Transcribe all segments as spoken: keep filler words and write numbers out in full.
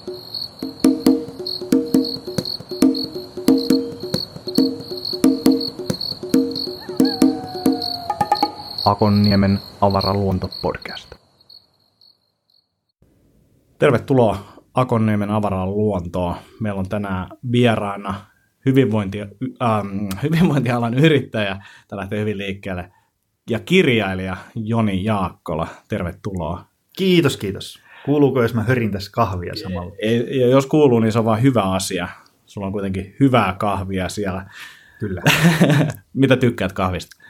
Akonniemen avaraluonto-podcast. Tervetuloa Akonniemen avaraan luontoon. Meillä on tänään vieraana hyvinvointi, ähm, hyvinvointialan yrittäjä, tämä lähtee hyvin liikkeelle, ja kirjailija Joni Jaakkola. Tervetuloa. Kiitos, kiitos. Kuuluuko, jos mä hörin tässä kahvia samalla? Ja jos kuuluu, niin se on vaan hyvä asia. Sulla on kuitenkin hyvää kahvia siellä. Kyllä. Mitä tykkäät kahvista?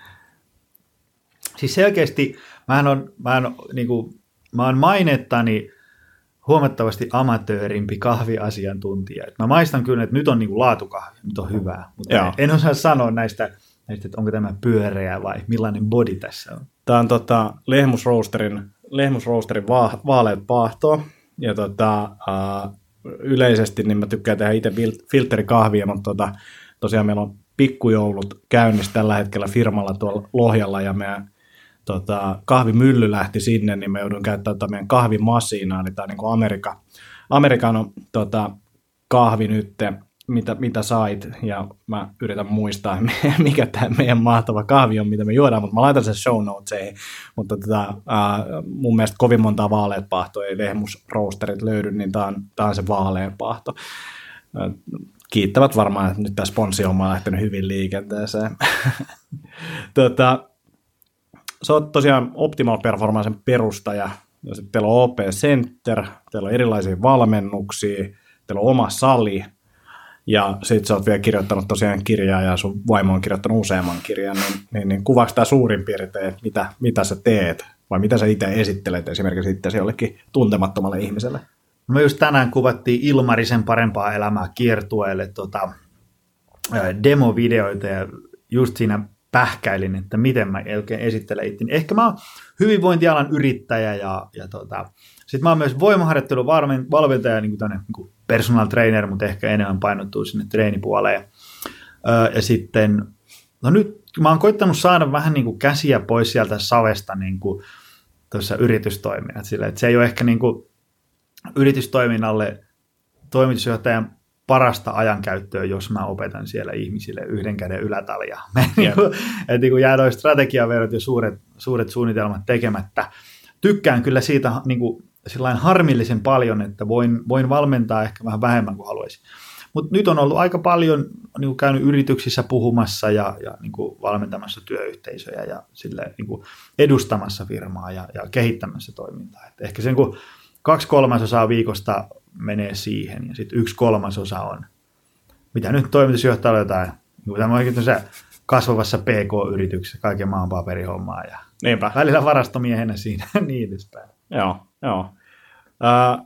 Siis selkeästi mä oon, mä oon, niin kuin, mä oon mainettani huomattavasti amatöörimpi kahviasiantuntija. Et mä maistan kyllä, että nyt on niin kuin laatukahvi, nyt on hyvää, mutta Joo. en osaa sanoa näistä, näistä, että onko tämä pyöreä vai millainen body tässä on. Tämä on tota, Lehmus Roasterin, Lehmus Roasterin va- vaaleat paahtoa, ja tota, uh, yleisesti niin mä tykkään tehdä itse filterikahvia, mutta tota, tosiaan meillä on pikkujoulut käynnissä tällä hetkellä firmalla tuolla Lohjalla, ja meidän tota, kahvimylly lähti sinne, niin mä joudun käyttämään tota meidän kahvimasiinaa, eli tämä on niin kuin Amerika, Amerikan tota, kahvi nyt, mitä, mitä sait, ja mä yritän muistaa, mikä tämä meidän mahtava kahvi on, mitä me juodaan, mutta mä laitan sen show notesiin, mutta tota, äh, mun mielestä kovin montaa vaaleat paahtoa ei Lehmus Roasterit löydy, niin tämä on, on se vaalean paahto. Kiittävät varmaan, että nyt tämä sponssihomma on lähtenyt hyvin liikenteeseen. tota, sä oot tosiaan Optimal Performancen perustaja, ja sitten teillä on O P Center, teillä on erilaisia valmennuksia, teillä on oma sali, ja sitten sä oot vielä kirjoittanut tosiaan kirjaa, ja sun vaimo on kirjoittanut useamman kirjan, niin, niin, niin kuvaako tämä suurin piirtein, että mitä, mitä sä teet, vai mitä sä itse esittelet esimerkiksi itse jollekin tuntemattomalle ihmiselle? Me just tänään kuvattiin Ilmarisen parempaa elämää kiertueelle tota, demovideoita, ja just siinä pähkäilin, että miten mä oikein esittelen itteni. Ehkä mä oon hyvinvointialan yrittäjä, ja, ja tota, sitten mä oon myös voimaharjoittelun valmentaja, niin kuin tämmöinen niin kuin personal trainer, mutta ehkä enemmän painottuu sinne treenipuoleen. Öö, ja sitten, no nyt mä oon koittanut saada vähän niin kuin käsiä pois sieltä savesta niin kuin tuossa yritystoiminnassa, sillä että se ei ole ehkä niin kuin yritystoiminnalle toimitusjohtajan parasta ajankäyttöä, jos mä opetan siellä ihmisille yhden käden ylätaljaa. Että niin jää noin strategiaverot ja suuret, suuret suunnitelmat tekemättä. Tykkään kyllä siitä niin kuin, sillain harmillisen paljon, että voin, voin valmentaa ehkä vähän vähemmän kuin haluaisin. Mutta nyt on ollut aika paljon niin kuin käynyt yrityksissä puhumassa ja, ja niin kuin valmentamassa työyhteisöjä ja sille, niin kuin edustamassa firmaa ja, ja kehittämässä toimintaa. Et ehkä sen kun kaksi kolmasosaa viikosta menee siihen, ja sitten yksi kolmasosa on, mitä nyt toimitusjohtajalla jotain, niin se kasvavassa P K-yrityksessä, kaiken maan paperihommaa, ja Niinpä. Välillä varastomiehenä siinä, niin edespäin. Joo, joo. Äh,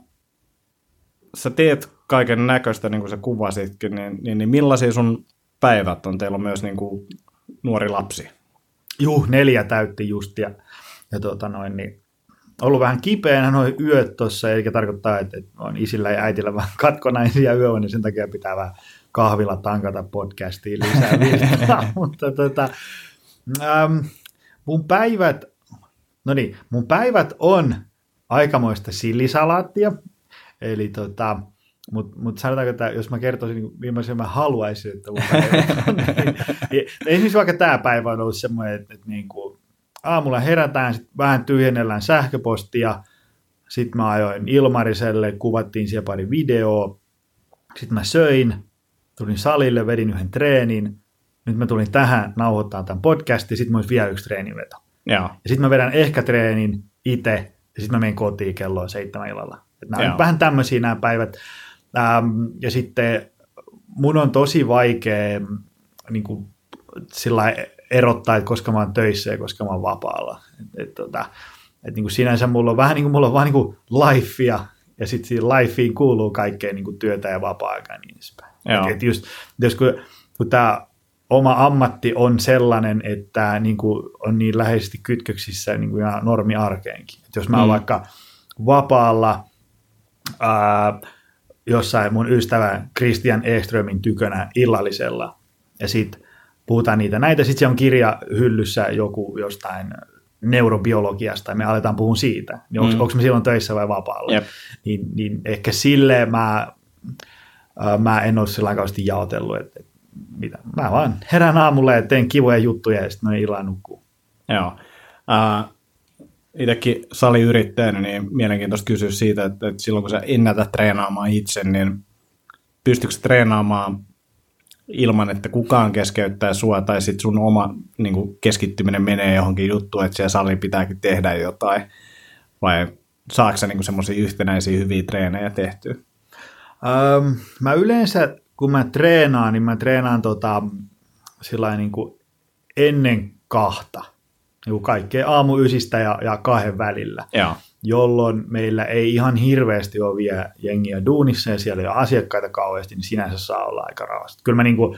sä teet kaiken näköistä, niin kuin sä kuvasitkin, niin, niin, niin millaisia sun päivät on? Teillä on myös niin kuin nuori lapsi. Juh, neljä täytti just, ja, ja tuota noin, niin ollut vähän kipeänä noin yöt tuossa, eli tarkoittaa, että on isillä ja äitillä vähän katkonaisia yötä, niin sen takia pitää vähän kahvilla tankata podcastiin lisää virtaa. Mutta tota, ähm, mun päivät, no niin, mun päivät on aikamoista sillisalaattia, eli tota, mutta mut sanotaanko, että jos mä kertoisin, niin millaisen mä haluaisin, että mun päivät on, niin, niin, esimerkiksi vaikka tämä päivä on ollut semmoinen, että, että niin kuin aamulla herätään, sit vähän tyhjennellään sähköpostia, sitten mä ajoin Ilmariselle, kuvattiin siellä pari videoa, sitten mä söin, tulin salille, vedin yhden treenin, nyt mä tulin tähän nauhoittamaan tämän podcastin, sitten mä olisi vielä yksi treeniveto. Joo. Ja sitten mä vedän ehkä treenin itse, ja sitten mä menen kotiin kello seitsemän illalla. Nämä on vähän tämmöisiä nämä päivät. Ähm, ja sitten mun on tosi vaikea niin kuin, sillä erottaa, että koska mä oon töissä ja koska mä oon vapaalla. Et, et, tota, et, niin kuin sinänsä mulla on vähän niin kuin mulla on vaan niin kuin lifea, ja sitten siihen lifeen kuuluu kaikkea niin kuin työtä ja vapaa-aikaa ja niin edespäin. Et, et just, jos kun, kun tämä oma ammatti on sellainen, että niin kuin on niin läheisesti kytköksissä niin kuin normiarkeenkin. Et jos mä oon mm. vaikka vapaalla ää, jossain mun ystävä Christian Ekströmin tykönä illallisella, ja sitten puhutaan niitä näitä, sitten se on kirja hyllyssä joku jostain neurobiologiasta ja me aletaan puhua siitä, niin onko, mm. onko me silloin töissä vai vapaalla, yep. niin, niin ehkä silleen mä, äh, mä en ole sillä kauheasti jaotellut, että, että mitä, mä vaan herään aamulla ja teen kivoja juttuja ja sitten mä illalla nukkuu. Joo. Uh, itsekin saliyrittäjänä, niin mielenkiintoista kysyä siitä, että, että silloin kun sä ennätät treenaamaan itse, niin pystyykö treenaamaan ilman, että kukaan keskeyttää sua, tai sitten sun oma niin kuin keskittyminen menee johonkin juttuun, että siellä salin pitääkin tehdä jotain, vai saako sä niin semmoisia yhtenäisiä hyviä treenejä tehtyä? Öm, mä yleensä, kun mä treenaan, niin mä treenaan tota, sillain niin kuin ennen kahta, niin kuin kaikkea aamu ysistä ja, ja kahden välillä. Joo. Jolloin meillä ei ihan hirveästi ole vielä jengiä duunissa ja siellä ei ole asiakkaita kauheasti, niin sinänsä saa olla aika rauhassa. Kyllä mä niinku,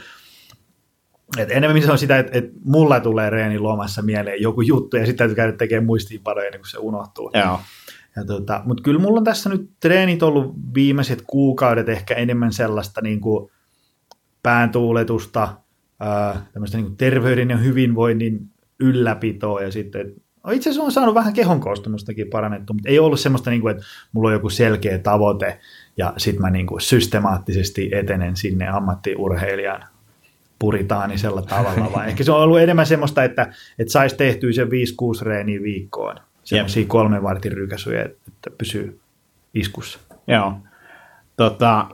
et enemmän se on sitä, että et mulla tulee reenin lomassa mieleen joku juttu ja sitten täytyy käydä tekemään muistiinpanoja ennen kuin se unohtuu. Joo. Tota, mutta kyllä mulla on tässä nyt treenit ollut viimeiset kuukaudet ehkä enemmän sellaista niinku pääntuuletusta, ää, tämmöistä niinku terveyden ja hyvinvoinnin ylläpitoa ja sitten itse asiassa on saanut vähän kehon koostumustakin parannettu, mutta ei ollut semmoista, että mulla on joku selkeä tavoite ja sitten mä systemaattisesti etenen sinne ammattiurheilijan puritaanisella tavalla, vaan ehkä se on ollut enemmän semmoista, että, että saisi tehtyä sen viisi kuusi reeniä viikkoon, semmoisia yep. kolmen vartin rykäsyjä, että pysyy iskussa. Joo. Tota,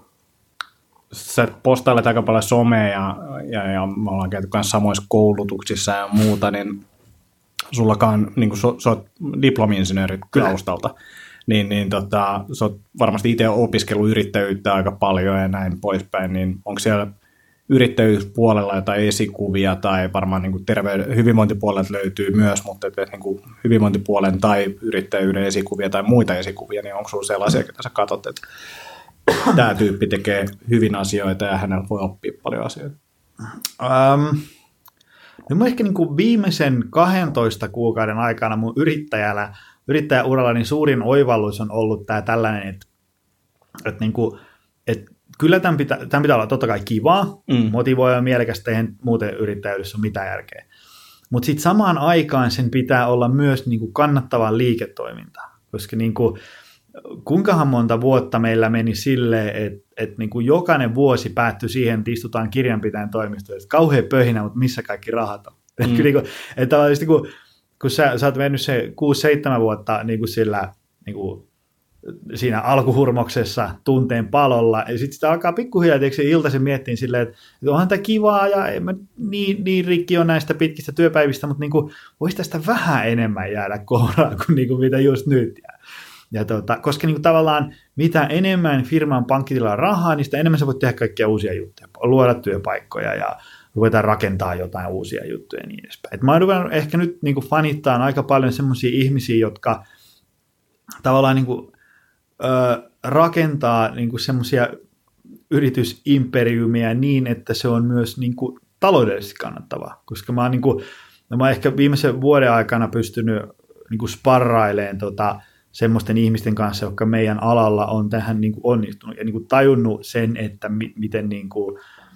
sä postailet aika paljon somea ja, ja, ja me ollaan käyty myös samoissa koulutuksissa ja muuta, niin sullakaan, niin kuin sä, sä oot diplomi-insinööri taustalta, niin, niin tota, sä oot varmasti itse opiskellut yrittäjyyttä aika paljon ja näin poispäin, niin onko siellä yrittäjyyspuolella jotain esikuvia tai varmaan niin kuin terveyden, hyvinvointipuolelta löytyy myös, mutta et, et, niin kuin hyvinvointipuolen tai yrittäjyyden esikuvia tai muita esikuvia, niin onko sulla sellaisia, että sä katsot, että tämä tyyppi tekee hyvin asioita ja hänellä voi oppia paljon asioita? Um. No mä ehkä niin kuin viimeisen kahdentoista kuukauden aikana mun yrittäjällä, yrittäjäuralla niin suurin oivallus on ollut tämä tällainen, että, että, niin kuin, että kyllä tämän pitää, tämän pitää olla totta kai kivaa, mm. motivoiva ja mielekästä, eihän muuten yrittäjyydessä ole mitään järkeä. Mutta sitten samaan aikaan sen pitää olla myös niin kuin kannattavaa liiketoimintaa, koska niin kuin, kuinkahan monta vuotta meillä meni silleen, että, että niin kuin jokainen vuosi päättyi siihen, että istutaan kirjanpitäjän toimistoon, että kauhean pöhinä, mutta missä kaikki rahat on. Mm. niin kuin, että niin kuin, kun sä, sä oot mennyt se kuusi seitsemän vuotta niin kuin sillä, niin kuin siinä alkuhurmoksessa tunteen palolla, ja sitten sitä alkaa pikkuhiljaa iltaisin miettiin silleen, että, että onhan tämä kivaa, ja en mä niin, niin rikki on näistä pitkistä työpäivistä, mutta niin kuin, voisi tästä vähän enemmän jäädä kouraan kuin, niin kuin mitä just nyt jää. Ja tuota, koska niin kuin tavallaan mitä enemmän firman pankkitilalla rahaa, niin sitä enemmän sä voit tehdä kaikkia uusia juttuja, luoda työpaikkoja ja ruvetaan rakentaa jotain uusia juttuja ja niin edespäin. Et mä oon ruvennut ehkä nyt niin kuin fanittaa aika paljon semmoisia ihmisiä, jotka tavallaan niin kuin, ö, rakentaa niin kuin semmoisia yritysimperiumia niin, että se on myös niin kuin taloudellisesti kannattavaa. Koska mä oon, niin kuin, mä oon ehkä viimeisen vuoden aikana pystynyt niin kuin sparrailemaan tota, semmoisten ihmisten kanssa, jotka meidän alalla on tähän niin kuin onnistunut ja niin kuin tajunnut sen, että mi- miten, niin kuin,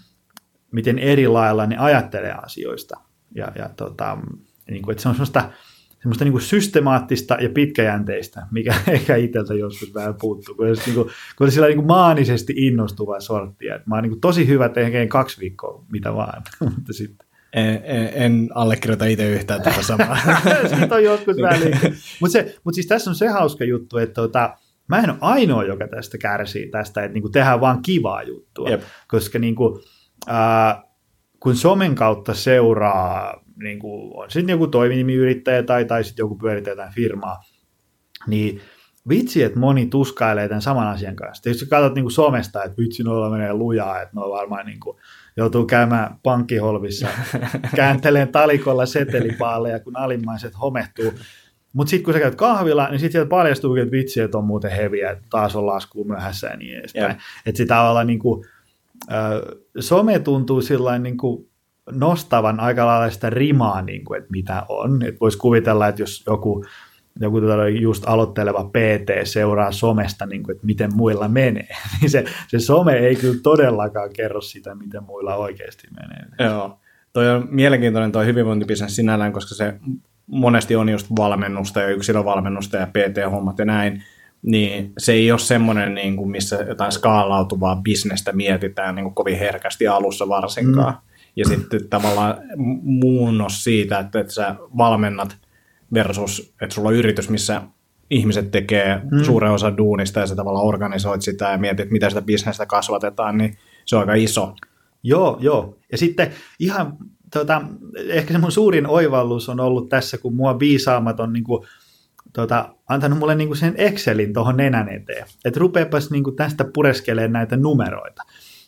miten eri lailla ne ajattelee asioista. Ja, ja tota, niin kuin, että se on semmoista, semmoista niin kuin systemaattista ja pitkäjänteistä, mikä ehkä itseltä joskus vähän puuttuu, kun se, niin kuin, kun se sillä niin kuin maanisesti innostuva sorttia. Mä oon niin kuin tosi hyvä tekemään kaksi viikkoa, mitä vaan, mutta sitten En, en, en allekirjoita itse yhtään tätä samaa. Siitä on joskus väliin. Mutta mut siis tässä on se hauska juttu, että tota, mä en ole ainoa, joka tästä kärsii tästä, että niinku tehdään vaan kivaa juttua. Jep. Koska niinku, äh, kun somen kautta seuraa, niinku, on sitten joku toiminimiyrittäjä tai, tai sitten joku pyörittää jotain firmaa, niin vitsi, että moni tuskailee tämän saman asian kanssa. Jos katsot niinku somesta, että vitsi, noilla menee lujaa, että ne on varmaan niinku joutuu käymään pankkiholvissa, käänteleen talikolla setelipaaleja, kun alimmaiset homehtuu. Mutta sitten kun sä käyt kahvilla, niin sitten sieltä paljastuu, että vitsi, että on muuten heviä, että taas on lasku myöhässä ja niin edespäin. Että sitä tavallaan niin kuin, äh, some tuntuu sillain niin kuin nostavan aika lailla sitä rimaa, niin kuin, että mitä on. Että voisi kuvitella, että jos joku, joku just aloitteleva P T seuraa somesta, niin kuin, että miten muilla menee, niin se, se some ei kyllä todellakaan kerro sitä, miten muilla oikeasti menee. Joo, toi on mielenkiintoinen toi hyvinvointibisnes sinällään, koska se monesti on just valmennusta ja yksilövalmennusta ja P T-hommat ja näin, niin se ei ole semmoinen, niin kuin missä jotain skaalautuvaa bisnestä mietitään niin kuin kovin herkästi alussa varsinkaan. Mm. Ja sitten tavallaan muunnos siitä, että, että sä valmennat versus, että sulla on yritys, missä ihmiset tekee mm. suuren osan duunista ja sä tavallaan organisoit sitä ja mietit, miten sitä bisnestä kasvatetaan, niin se on aika iso. Joo, joo. Ja sitten ihan tota, ehkä se mun suurin oivallus on ollut tässä, kun mua viisaammat on niin kuin, tota, antanut mulle niin kuin sen Excelin tuohon nenän eteen. Että rupeapas niin kuin tästä pureskelemaan näitä numeroita.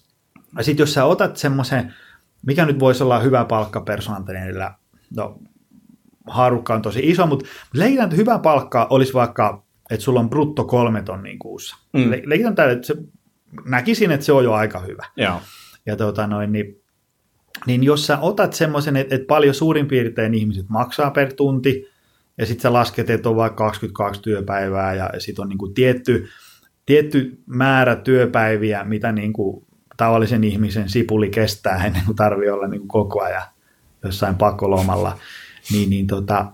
Ja sitten jos sä otat semmoisen, mikä nyt voisi olla hyvä palkka personal, no haarukka on tosi iso, mutta leikitään, että hyvä palkka olisi vaikka, että sulla on brutto kolme tonnia kuussa. Mm. Leikitään tälle, että se, näkisin, että se on jo aika hyvä. Joo. Ja tota noin, niin, niin jos sä otat semmoisen, että, että paljon suurin piirtein ihmiset maksaa per tunti, ja sitten sä lasket, että on vaikka kaksikymmentäkaksi työpäivää, ja sitten on niin kuin tietty, tietty määrä työpäiviä, mitä niin kuin tavallisen ihmisen sipuli kestää ennen kuin tarvii olla niin kuin koko ajan jossain pakkolomalla, niin, niin, tota,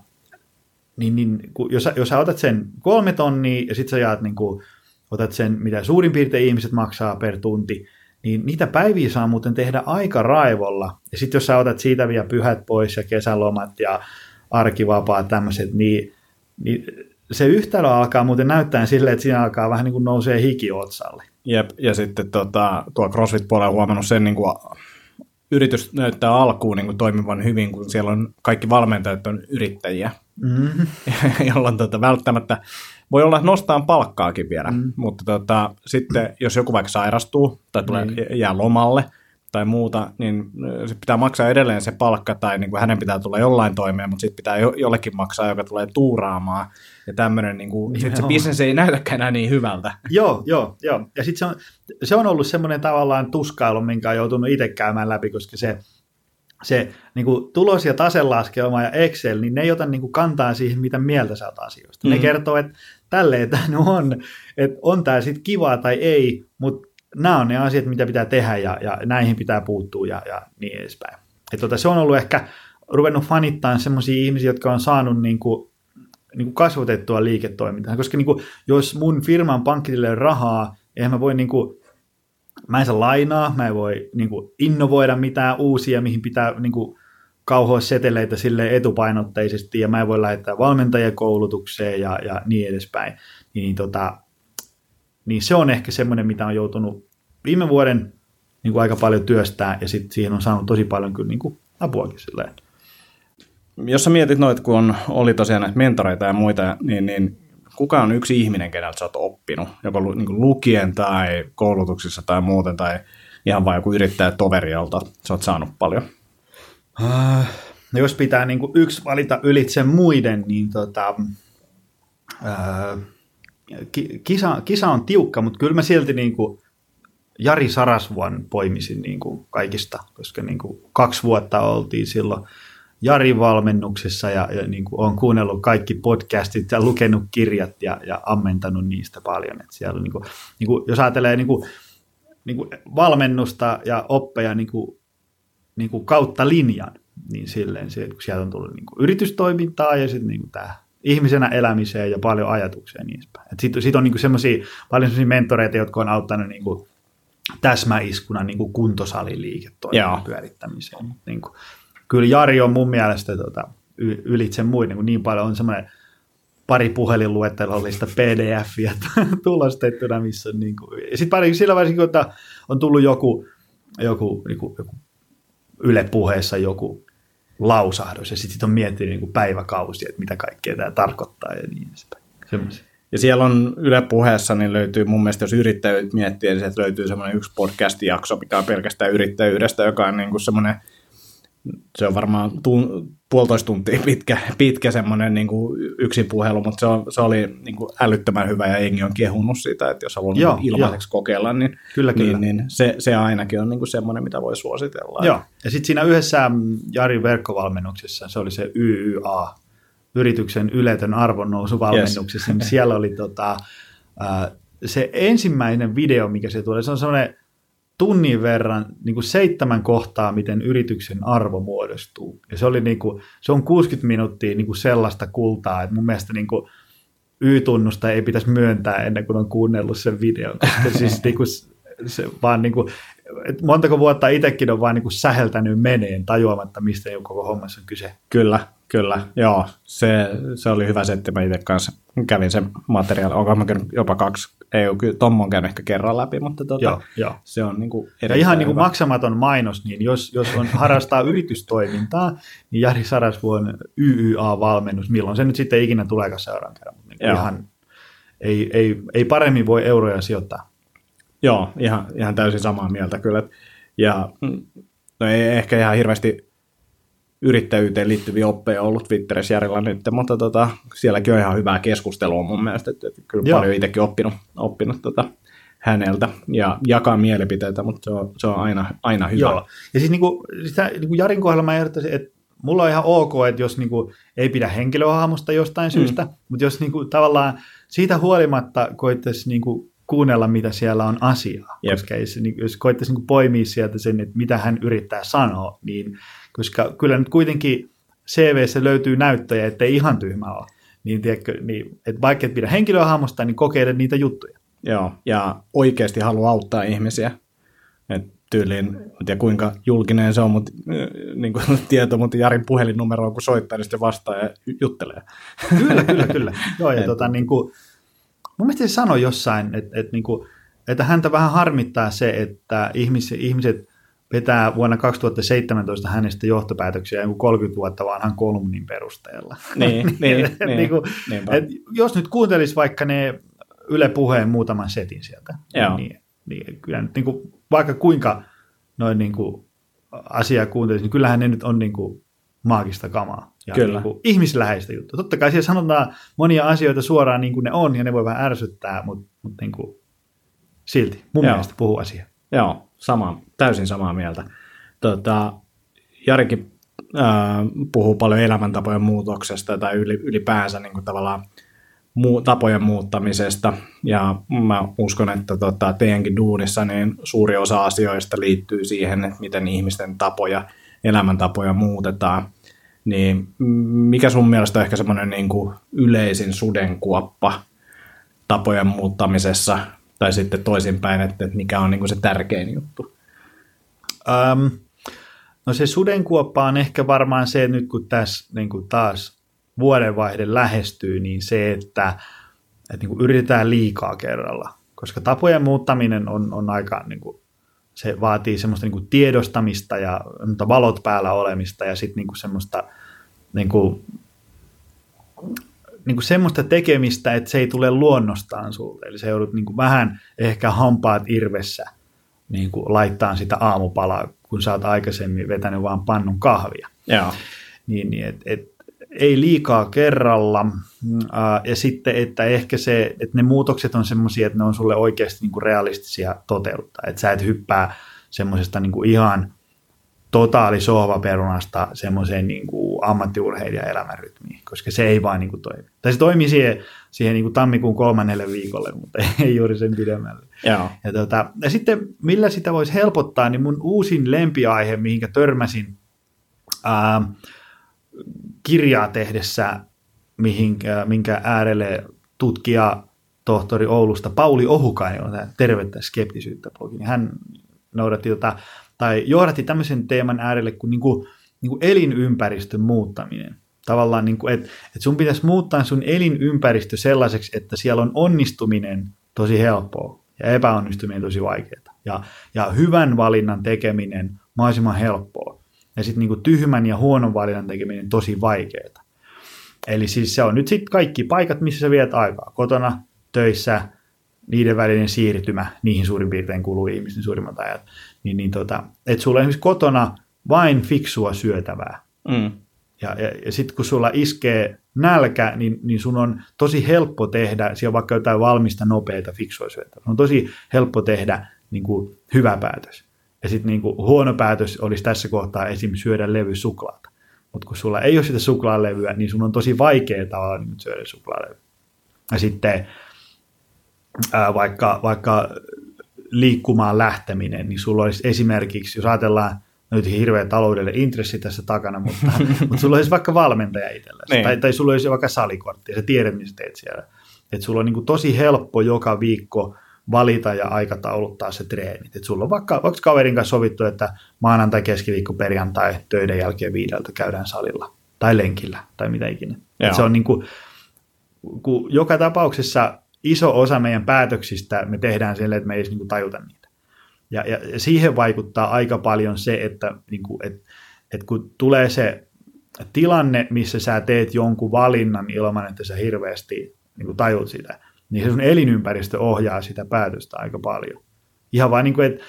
niin, niin jos, jos sä otat sen kolme tonnia, ja sitten sä jaat, niin kuin, otat sen, mitä suurin piirtein ihmiset maksaa per tunti, niin niitä päiviä saa muuten tehdä aika raivolla. Ja sitten jos sä otat siitä vielä pyhät pois ja kesälomat ja arkivapaat tämmöiset, niin, niin se yhtälö alkaa muuten näyttää silleen, että siinä alkaa vähän niin kuin nousee hiki otsalle. Jep, ja sitten tota, tuo CrossFit-puolella on huomannut sen, niin kuin yritys näyttää alkuun niin kuin toimivan hyvin, kun siellä on kaikki valmentajat on yrittäjiä, mm-hmm. jolloin tota, välttämättä voi olla, että nostaa palkkaakin vielä, mm. mutta tota, sitten jos joku vaikka sairastuu tai tulee, mm. jää lomalle tai muuta, niin sit pitää maksaa edelleen se palkka tai niin kuin hänen pitää tulla jollain toimeen, mutta sitten pitää jo, jollekin maksaa, joka tulee tuuraamaan ja tämmöinen, niin kuin, sit se bisnes ei näytäkään enää niin hyvältä. Joo, joo, joo. Ja sitten se on, se on ollut semmoinen tavallaan tuskailu, minkä on joutunut itse käymään läpi, koska se se niin kuin tulos- ja taselaskelma ja Excel, niin ne ei ota niin kuin kantaa siihen, mitä mieltä sä oot asioista. Mm-hmm. Ne kertoo, että tälleen tämä on, että on tämä sitten kivaa tai ei, mutta nämä on ne asiat, mitä pitää tehdä ja, ja näihin pitää puuttua ja, ja niin edespäin. Et tota, se on ollut ehkä ruvennut fanittaan semmoisia ihmisiä, jotka on saanut niin kuin, niin kuin kasvatettua liiketoimintaa, koska niin kuin, jos mun firman pankkitilille on rahaa, eihän mä voi niin kuin, mä en saa lainaa, mä en voi niin kuin, innovoida mitään uusia, mihin pitää niin kuin, kauhoa seteleitä silleen etupainotteisesti, ja mä en voi lähettää valmentajakoulutukseen ja, ja niin edespäin. Niin, tota, niin se on ehkä semmoinen, mitä on joutunut viime vuoden niin kuin, aika paljon työstää, ja sitten siihen on saanut tosi paljon kyllä niin kuin, apuakin silleen. Jos sä mietit noita, kun on, oli tosiaan näitä mentoreita ja muita, niin, niin kuka on yksi ihminen, keneltä sä oot oppinut, joko niin kuin lukien tai koulutuksissa tai muuten, tai ihan vain joku yrittäjä toveri, jolta sä oot saanut paljon? Uh, no jos pitää niin kuin yksi valita ylitse muiden, niin tota, uh, kisa, kisa on tiukka, mutta kyllä mä silti niin kuin Jari Sarasvuon poimisin niin kuin kaikista, koska niin kuin kaksi vuotta oltiin silloin Jarin valmennuksessa ja, ja niin kuin olen kuunnellut kaikki podcastit ja lukenut kirjat ja, ja ammentanut niistä paljon. Et siellä niin kuin, niin kuin, jos ajattelee niin kuin, niin kuin valmennusta ja oppeja niin kuin, niin kuin kautta linjan, niin silleen se, kun sieltä on tullut niin kuin yritystoimintaa ja sitten niin kuin tämä ihmisenä elämiseen ja paljon ajatuksia ja niin edespäin. Sitten sit on niin kuin semmoisia, paljon semmoisia mentoreita, jotka on auttanut niin kuin täsmäiskuna niin kuin kuntosaliliiketoiminnan pyörittämiseen. Niin kuin, kyllä Jari on mun mielestä tota, ylitse muiden, kun niin paljon on semmoinen pari puhelinluettelollista P D F-iä tulostettuna, missä on niin kuin, ja sitten sillä varsinkin, kun on tullut joku, joku, niin kuin, joku Yle Puheessa joku lausahdus, ja sitten sit on miettinyt niin kuin päiväkausia, että mitä kaikkea tämä tarkoittaa, ja niin edespäin. Semmoisia. Ja siellä on Yle Puheessa, niin löytyy mun mielestä, jos yrittäjyydet miettii, niin sieltä löytyy semmoinen yksi podcast-jakso, mikä on pelkästään yrittäjyydestä, joka on niin kuin semmoinen, se on varmaan tu- puolitoista tuntia pitkä, pitkä semmoinen niin kuin yksin puhelu, mutta se, on, se oli niin kuin älyttömän hyvä ja Engi on kehunut sitä, että jos haluaa joo, ilmaiseksi jo. kokeilla, niin, kyllä, niin, kyllä. niin se, se ainakin on niin kuin semmoinen, mitä voi suositella. Joo, ja sitten siinä yhdessä Jarin verkkovalmennuksessa, se oli se Y Y A, yrityksen yletön arvonnousuvalmennuksessa, yes. Niin siellä oli tota, äh, se ensimmäinen video, mikä se tuli, se on semmoinen tunnin verran niin kuin seitsemän kohtaa, miten yrityksen arvo muodostuu. Ja se, oli niin kuin, se on kuusikymmentä minuuttia niin kuin sellaista kultaa, että mun mielestä niin kuin Y-tunnusta ei pitäisi myöntää ennen kuin on kuunnellut sen videon. Koska siis niin kuin, se vaan niin kuin, että montako vuotta itsekin on vaan niin kuin säheltänyt meneen tajuamatta, mistä ei ole koko hommassa on kyse. Kyllä, kyllä. Joo, se, se oli hyvä setti. Mä itse kanssa kävin sen materiaalin. Onko mä käynyt jopa kaksi? Ei ole kyllä, Tommo on käynyt ehkä kerran läpi, mutta tuota, joo, joo. se on niin kuin ja ihan niin kuin maksamaton mainos, niin jos, jos on harrastaa yritystoimintaa, niin Jari Sarasvuon Y Y A-valmennus, milloin se nyt sitten ikinä tuleekaan seuraan kerran. Niin ihan, ei, ei, ei paremmin voi euroja sijoittaa. Joo, ihan, ihan täysin samaa mieltä kyllä. Ja no ei ehkä ihan hirveästi yrittäjyyteen liittyviä oppeja ollut Twitterissä Jarilla nyt, mutta tota, sielläkin on ihan hyvää keskustelua mun mielestä, että, että kyllä Joo. paljon itsekin oppinut, oppinut tota, häneltä ja jakaa mielipiteitä, mutta se on, se on aina, aina hyvä. Joo, ja siis niin kuin, sitä, niin kuin Jarin kohdalla mä ehdottaisin, että mulla on ihan ok, että jos niin kuin, ei pidä henkilöhahmosta jostain syystä, mm. mutta jos niin kuin, tavallaan siitä huolimatta koittaisi niin kuin, kuunnella, mitä siellä on asiaa, yep. koska jos, niin, jos koittaisi niin kuin, poimia sieltä sen, että mitä hän yrittää sanoa, niin koska kyllä nyt kuitenkin C V:ssä löytyy näyttöjä, ettei ihan tyhmä ole, niin, tiedätkö, niin että vaikka et pidä henkilöhahmosta, niin kokeile niitä juttuja. Joo, ja oikeasti haluaa auttaa ihmisiä. Et tyyliin, en tiedä kuinka julkinen se on, mutta niin kuin tieto, mutta Jarin puhelinnumero on, kun soittaa, niin sitten vastaa ja juttelee. Kyllä, kyllä, kyllä. Joo, ja tota, niin kuin, mun mielestä se sanoi jossain, että, että, niin kuin, että häntä vähän harmittaa se, että ihmiset, ihmiset vetää vuonna kaksituhattaseitsemäntoista hänestä johtopäätöksiä joku kolmekymmentä vuotta vanhan kolumnin perusteella. Niin, niin, niin, niin kuin, et jos nyt kuuntelisi vaikka ne Yle Puheen muutaman setin sieltä, niin, niin kyllä nyt niin kuin, vaikka kuinka noin niin kuin asiaa kuuntelisi, niin kyllähän ne nyt on niin kuin maagista kamaa. Ja kyllä. Niin ihmisläheistä juttua. Totta kai siellä sanotaan monia asioita suoraan niin kuin ne on, ja ne voi vähän ärsyttää, mutta, mutta niin kuin, silti mun Joo. mielestä puhuu asiaa. Joo, sama, täysin samaa mieltä. Tota, Jarikin ää, puhuu paljon elämäntapojen muutoksesta tai ylipäänsä niin kuin tavallaan muu, tapojen muuttamisesta, ja mä uskon, että tota, teidänkin duunissa niin suuri osa asioista liittyy siihen, että miten ihmisten tapoja, elämäntapoja muutetaan. Niin mikä sun mielestä on ehkä semmoinen niin kuin yleisin sudenkuoppa tapojen muuttamisessa, tai sitten toisinpäin, että mikä on niin kuin se tärkein juttu? Um, no se sudenkuoppa on ehkä varmaan se, nyt kun tässä niin kuin taas vuodenvaihde lähestyy, niin se, että, että niin kuin yritetään liikaa kerralla. Koska tapojen muuttaminen on, on aika, niin kuin, se vaatii semmoista niin kuin tiedostamista ja valot päällä olemista ja sitten niin kuin semmoista niin kuin, niin kuin semmoista tekemistä, että se ei tule luonnostaan sulta. Eli se joudut niin kuin vähän ehkä hampaat irvessä niin kuin laittaa sitä aamupalaa, kun sä oot aikaisemmin vetänyt vaan pannun kahvia. Joo. Niin, niin et, et, ei liikaa kerralla. Ää, ja sitten, että ehkä se, että ne muutokset on semmoisia, että ne on sulle oikeasti niin kuin realistisia toteuttaa. Että sä et hyppää semmoisesta niin kuin ihan totaali sohvaperunasta semmoiseen niin kuin ammattiurheilijan elämänrytmiin, koska se ei vaan niin kuin toimi. Tai se toimii siihen, siihen niin kuin tammikuun kolmannelle viikolle, mutta ei juuri sen pidemmälle. Joo. Ja, tota, ja sitten millä sitä voisi helpottaa, niin mun uusin lempiaihe, mihinkä törmäsin ää, kirjaa tehdessä, mihinkä, minkä äärelle tutkija tohtori Oulusta Pauli Ohukainen on tämä Tervettä skeptisyyttä blogi, niin hän noudatti tota, tai johdatti tämmöisen teeman äärelle kuin, niin kuin, niin kuin elinympäristön muuttaminen. Tavallaan, niin kuin, että, että sun pitäisi muuttaa sun elinympäristö sellaiseksi, että siellä on onnistuminen tosi helppoa ja epäonnistuminen tosi vaikeaa. Ja, ja hyvän valinnan tekeminen mahdollisimman helppoa. Ja sitten niin kuin tyhmän ja huonon valinnan tekeminen tosi vaikeaa. Eli siis se on nyt sitten kaikki paikat, missä sä viet aikaa. Kotona, töissä, niiden välinen siirtymä, niihin suurin piirtein kuuluu ihmisten suurimmat ajat. Niin, niin tota, että sulla on esimerkiksi kotona vain fiksua syötävää. Mm. Ja, ja, ja sitten kun sulla iskee nälkä, niin, niin sun on tosi helppo tehdä, siellä on vaikka jotain valmista, nopeita, fiksua syötävää. On tosi helppo tehdä niin kuin hyvä päätös. Ja sitten niin kuin huono päätös olisi tässä kohtaa esimerkiksi syödä levy suklaata. Mutta kun sulla ei ole sitä suklaalevyä, niin sun on tosi vaikea tavallaan niin syödä suklaalevyä. Ja sitten ää, vaikka, vaikka liikkumaan lähteminen, niin sulla olisi esimerkiksi, jos ajatellaan, nyt hirveä taloudellinen intressi tässä takana, mutta, mutta sulla olisi vaikka valmentaja itsellesi, niin. tai, tai sulla olisi vaikka salikortti, ja sä tiedät, missä teet siellä. Että sulla on niin kuin tosi helppo joka viikko valita ja aikatauluttaa se treenit. Että sulla on vaikka, vaikka kaverin kanssa sovittu, että maanantai, keskiviikko, perjantai, töiden jälkeen viideltä käydään salilla, tai lenkillä, tai mitä ikinä. Että se on niin kuin, kun joka tapauksessa iso osa meidän päätöksistä me tehdään sille, että me ei edes niin kuin tajuta niitä. Ja, ja, ja siihen vaikuttaa aika paljon se, että niin kuin, et, et kun tulee se tilanne, missä sä teet jonkun valinnan ilman, että sä hirveästi niin kuin tajut sitä, niin se sun elinympäristö ohjaa sitä päätöstä aika paljon. Ihan vain niin kuin, että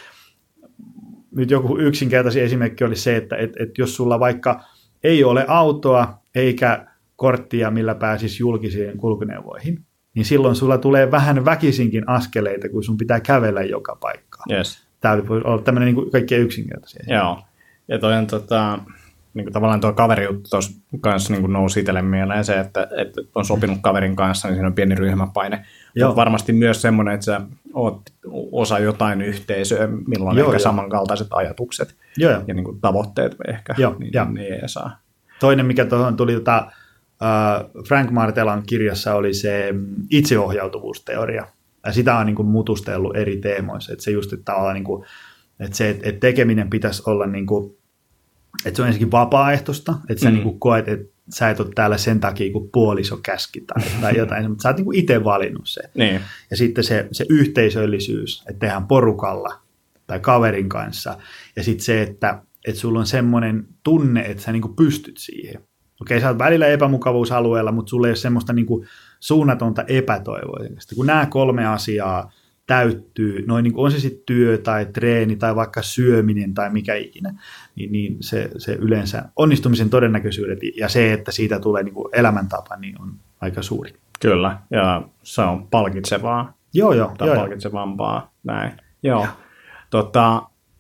nyt joku yksinkertainen esimerkki oli se, että et, et jos sulla vaikka ei ole autoa eikä korttia, millä pääsisi julkisiin kulkuneuvoihin, niin silloin sulla tulee vähän väkisinkin askeleita, kun sun pitää kävellä joka paikkaan. Yes. Tämä voi olla tämmöinen niin kuin kaikkein yksinkertaisia. Joo, ja toi on tota, niin kuin tavallaan tuo kaverijuttu tuossa kanssa niin kuin nousi itselle mieleen se, että, että on sopinut kaverin kanssa, niin siinä on pieni ryhmäpaine. Mutta varmasti myös semmoinen, että sä oot osa jotain yhteisöä, milloin Joo, ehkä jo. samankaltaiset ajatukset Joo, jo. ja niin kuin tavoitteet ehkä, Joo, niin, niin ne ei saa. Toinen, mikä tuohon tuli, tota, uh, Frank Martelan kirjassa oli se itseohjautuvuusteoria. Ja sitä on niin kuin mutustellut eri teemoissa. Että se just, että tavallaan niin kuin, että se, että tekeminen pitäisi olla niin kuin, että se on ensinnäkin vapaaehtoista, että sä mm. niin kuin koet, että sä et ole täällä sen takia, kun puoliso käski tai, tai jotain, mutta sä oot niin kuin itse valinnut sen. Niin. Ja sitten se, se yhteisöllisyys, että tehdään porukalla tai kaverin kanssa. Ja sitten se, että, että sulla on semmoinen tunne, että sä niin kuin pystyt siihen. Okei, sä oot välillä epämukavuusalueella, mutta sulla ei ole semmoista niin kuin suunnatonta epätoivoa. Kun nämä kolme asiaa täyttyy, noin niin kuin on se sitten työ tai treeni tai vaikka syöminen tai mikä ikinä, niin, niin se, se yleensä onnistumisen todennäköisyydet ja se, että siitä tulee niin kuin elämäntapa, niin on aika suuri. Kyllä, ja se on palkitsevaa. Joo, joo. Tai joo, palkitsevampaa, näin. Joo. Ja. Tota,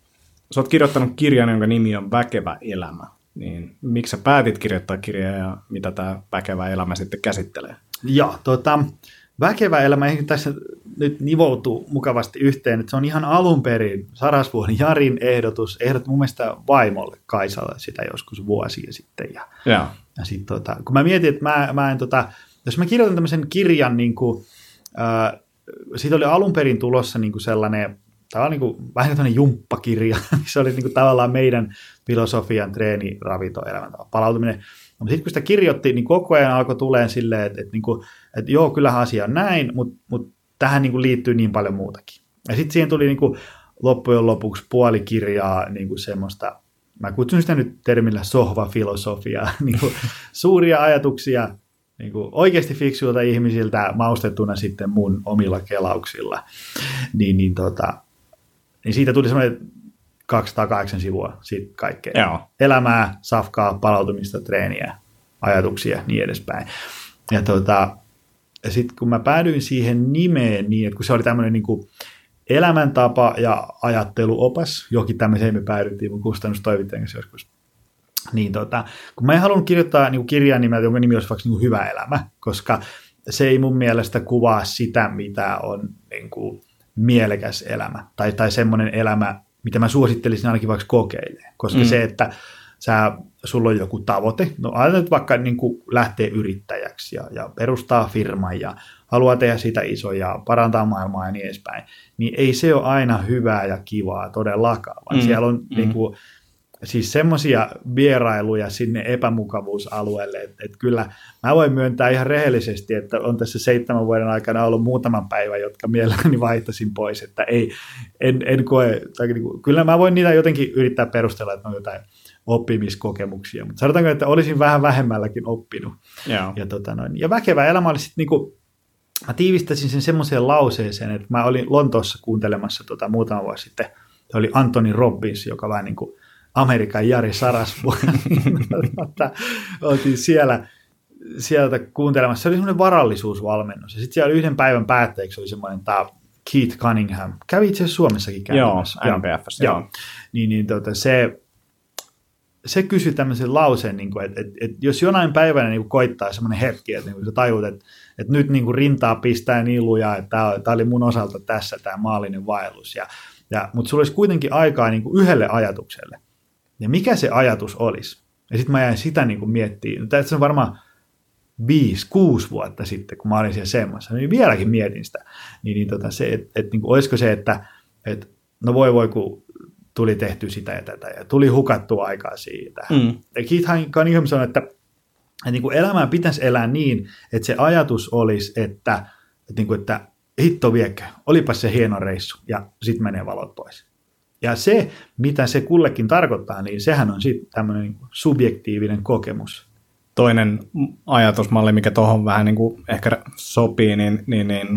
sä oot kirjoittanut kirjan, jonka nimi on Väkevä elämä. Niin miksi sä päätit kirjoittaa kirjaa ja mitä tämä väkevä elämä sitten käsittelee? Joo, tota, väkevä elämä tässä nyt nivoutuu mukavasti yhteen, että se on ihan alun perin Sarasvuon Jarin ehdotus, ehdot mun mielestä vaimolle Kaisalle sitä joskus vuosia sitten. Ja, ja. ja sit, tota, kun mä mietin, että mä, mä en, tota, jos mä kirjoitan tämmöisen kirjan, niin kuin, äh, siitä oli alun perin tulossa niin kuin sellainen, tämä on niin kuin, vähän tämmöinen jumppakirja, se oli niin kuin tavallaan meidän filosofian, treeni, ravinto, elämäntapa, palautuminen. No, sitten kun sitä kirjoitti, niin koko ajan alkoi tulemaan silleen, että, että, niin kuin, että joo, kyllähän asia on näin, mutta, mutta tähän niin kuin liittyy niin paljon muutakin. Ja sitten siihen tuli niin kuin loppujen lopuksi puoli kirjaa niin kuin semmoista, mä kutsun sitä nyt termillä sohvafilosofiaa, niin kuin suuria ajatuksia niin kuin oikeasti fiksuilta ihmisiltä maustettuna sitten mun omilla kelauksilla. Niin, niin, tota, niin siitä tuli semmoinen kaksisataakahdeksan sivua siitä kaikkea. Joo. Elämää, safkaa, palautumista, treeniä, ajatuksia, niin edespäin. Ja, tota, ja sitten kun mä päädyin siihen nimeen niin, että kun se oli tämmöinen niin kuin elämäntapa ja ajatteluopas, johonkin tämmöiseen me päädyttiin mun kustannustoimittajan kanssa joskus, niin tota, kun mä en halunnut kirjoittaa niin kuin kirjaa nimeltä, jonka nimi olisi vaikka niin kuin hyvä elämä, koska se ei mun mielestä kuvaa sitä, mitä on niin kuin mielekäs elämä, tai, tai semmoinen elämä, mitä mä suosittelisin ainakin vaikka kokeilemaan, koska mm. se, että sä, sulla on joku tavoite, no ajatellaan nyt vaikka niin kuin lähtee yrittäjäksi ja, ja perustaa firman ja haluaa tehdä sitä isoja, parantaa maailmaa ja niin edespäin, niin ei se ole aina hyvää ja kivaa todellakaan, vaan mm. siellä on mm. niin kuin, siis semmoisia vierailuja sinne epämukavuusalueelle, että, että kyllä mä voin myöntää ihan rehellisesti, että on tässä seitsemän vuoden aikana ollut muutaman päivän, jotka mielelläni vaihtasin pois, että ei, en, en koe, tai niin kuin, kyllä mä voin niitä jotenkin yrittää perustella, että on jotain oppimiskokemuksia, mutta sanotaanko, että olisin vähän vähemmälläkin oppinut. Yeah. Ja, tota noin, ja väkevä elämä oli sitten niin kuin, mä tiivistäsin sen semmoiseen lauseeseen, että mä olin Lontoossa kuuntelemassa tota, muutama vuosi sitten, se oli Anthony Robbins, joka vähän niin kuin Amerikan Jari Sarasvuo. Oltiin siellä, sieltä kuuntelemassa. Se oli semmoinen varallisuusvalmennus. Ja sitten siellä yhden päivän päätteeksi oli semmoinen tämä Keith Cunningham. Kävi itse asiassa Suomessakin käymässä. Joo, M P F:ssä. Joo. Niin, niin tota, se, se kysyi tämmöisen lauseen, niin kuin, että, että, että jos jonain päivänä niin kuin koittaa semmoinen hetki, että niin kuin sä tajut, että, että nyt niin kuin rintaa pistää niin lujaa, että tämä, tämä oli mun osalta tässä tämä maallinen vaellus, ja, ja, mutta sulla olisi kuitenkin aikaa niin kuin yhdelle ajatukselle. Ja mikä se ajatus olisi? Ja sitten mä jäin sitä niin kuin miettimään. Tässä on varmaan viisi, kuusi vuotta sitten, kun mä olin siellä semmoissa, niin vieläkin mietin sitä. Niin, niin tota se, että et, niin kuin, olisiko se, että et, no voi voi, kun tuli tehty sitä ja tätä, ja tuli hukattua aikaa siitä. Mm. Ja Keith Cunningham sanoi, että, että niin kuin elämää pitäisi elää niin, että se ajatus olisi, että, että, niin kuin, että hitto viekö, olipas se hieno reissu, ja sitten menee valot pois. Ja se, mitä se kullekin tarkoittaa, niin sehän on sitten tämmöinen niin kuin subjektiivinen kokemus. Toinen ajatusmalli, mikä tuohon vähän niin kuin ehkä sopii, niin, niin, niin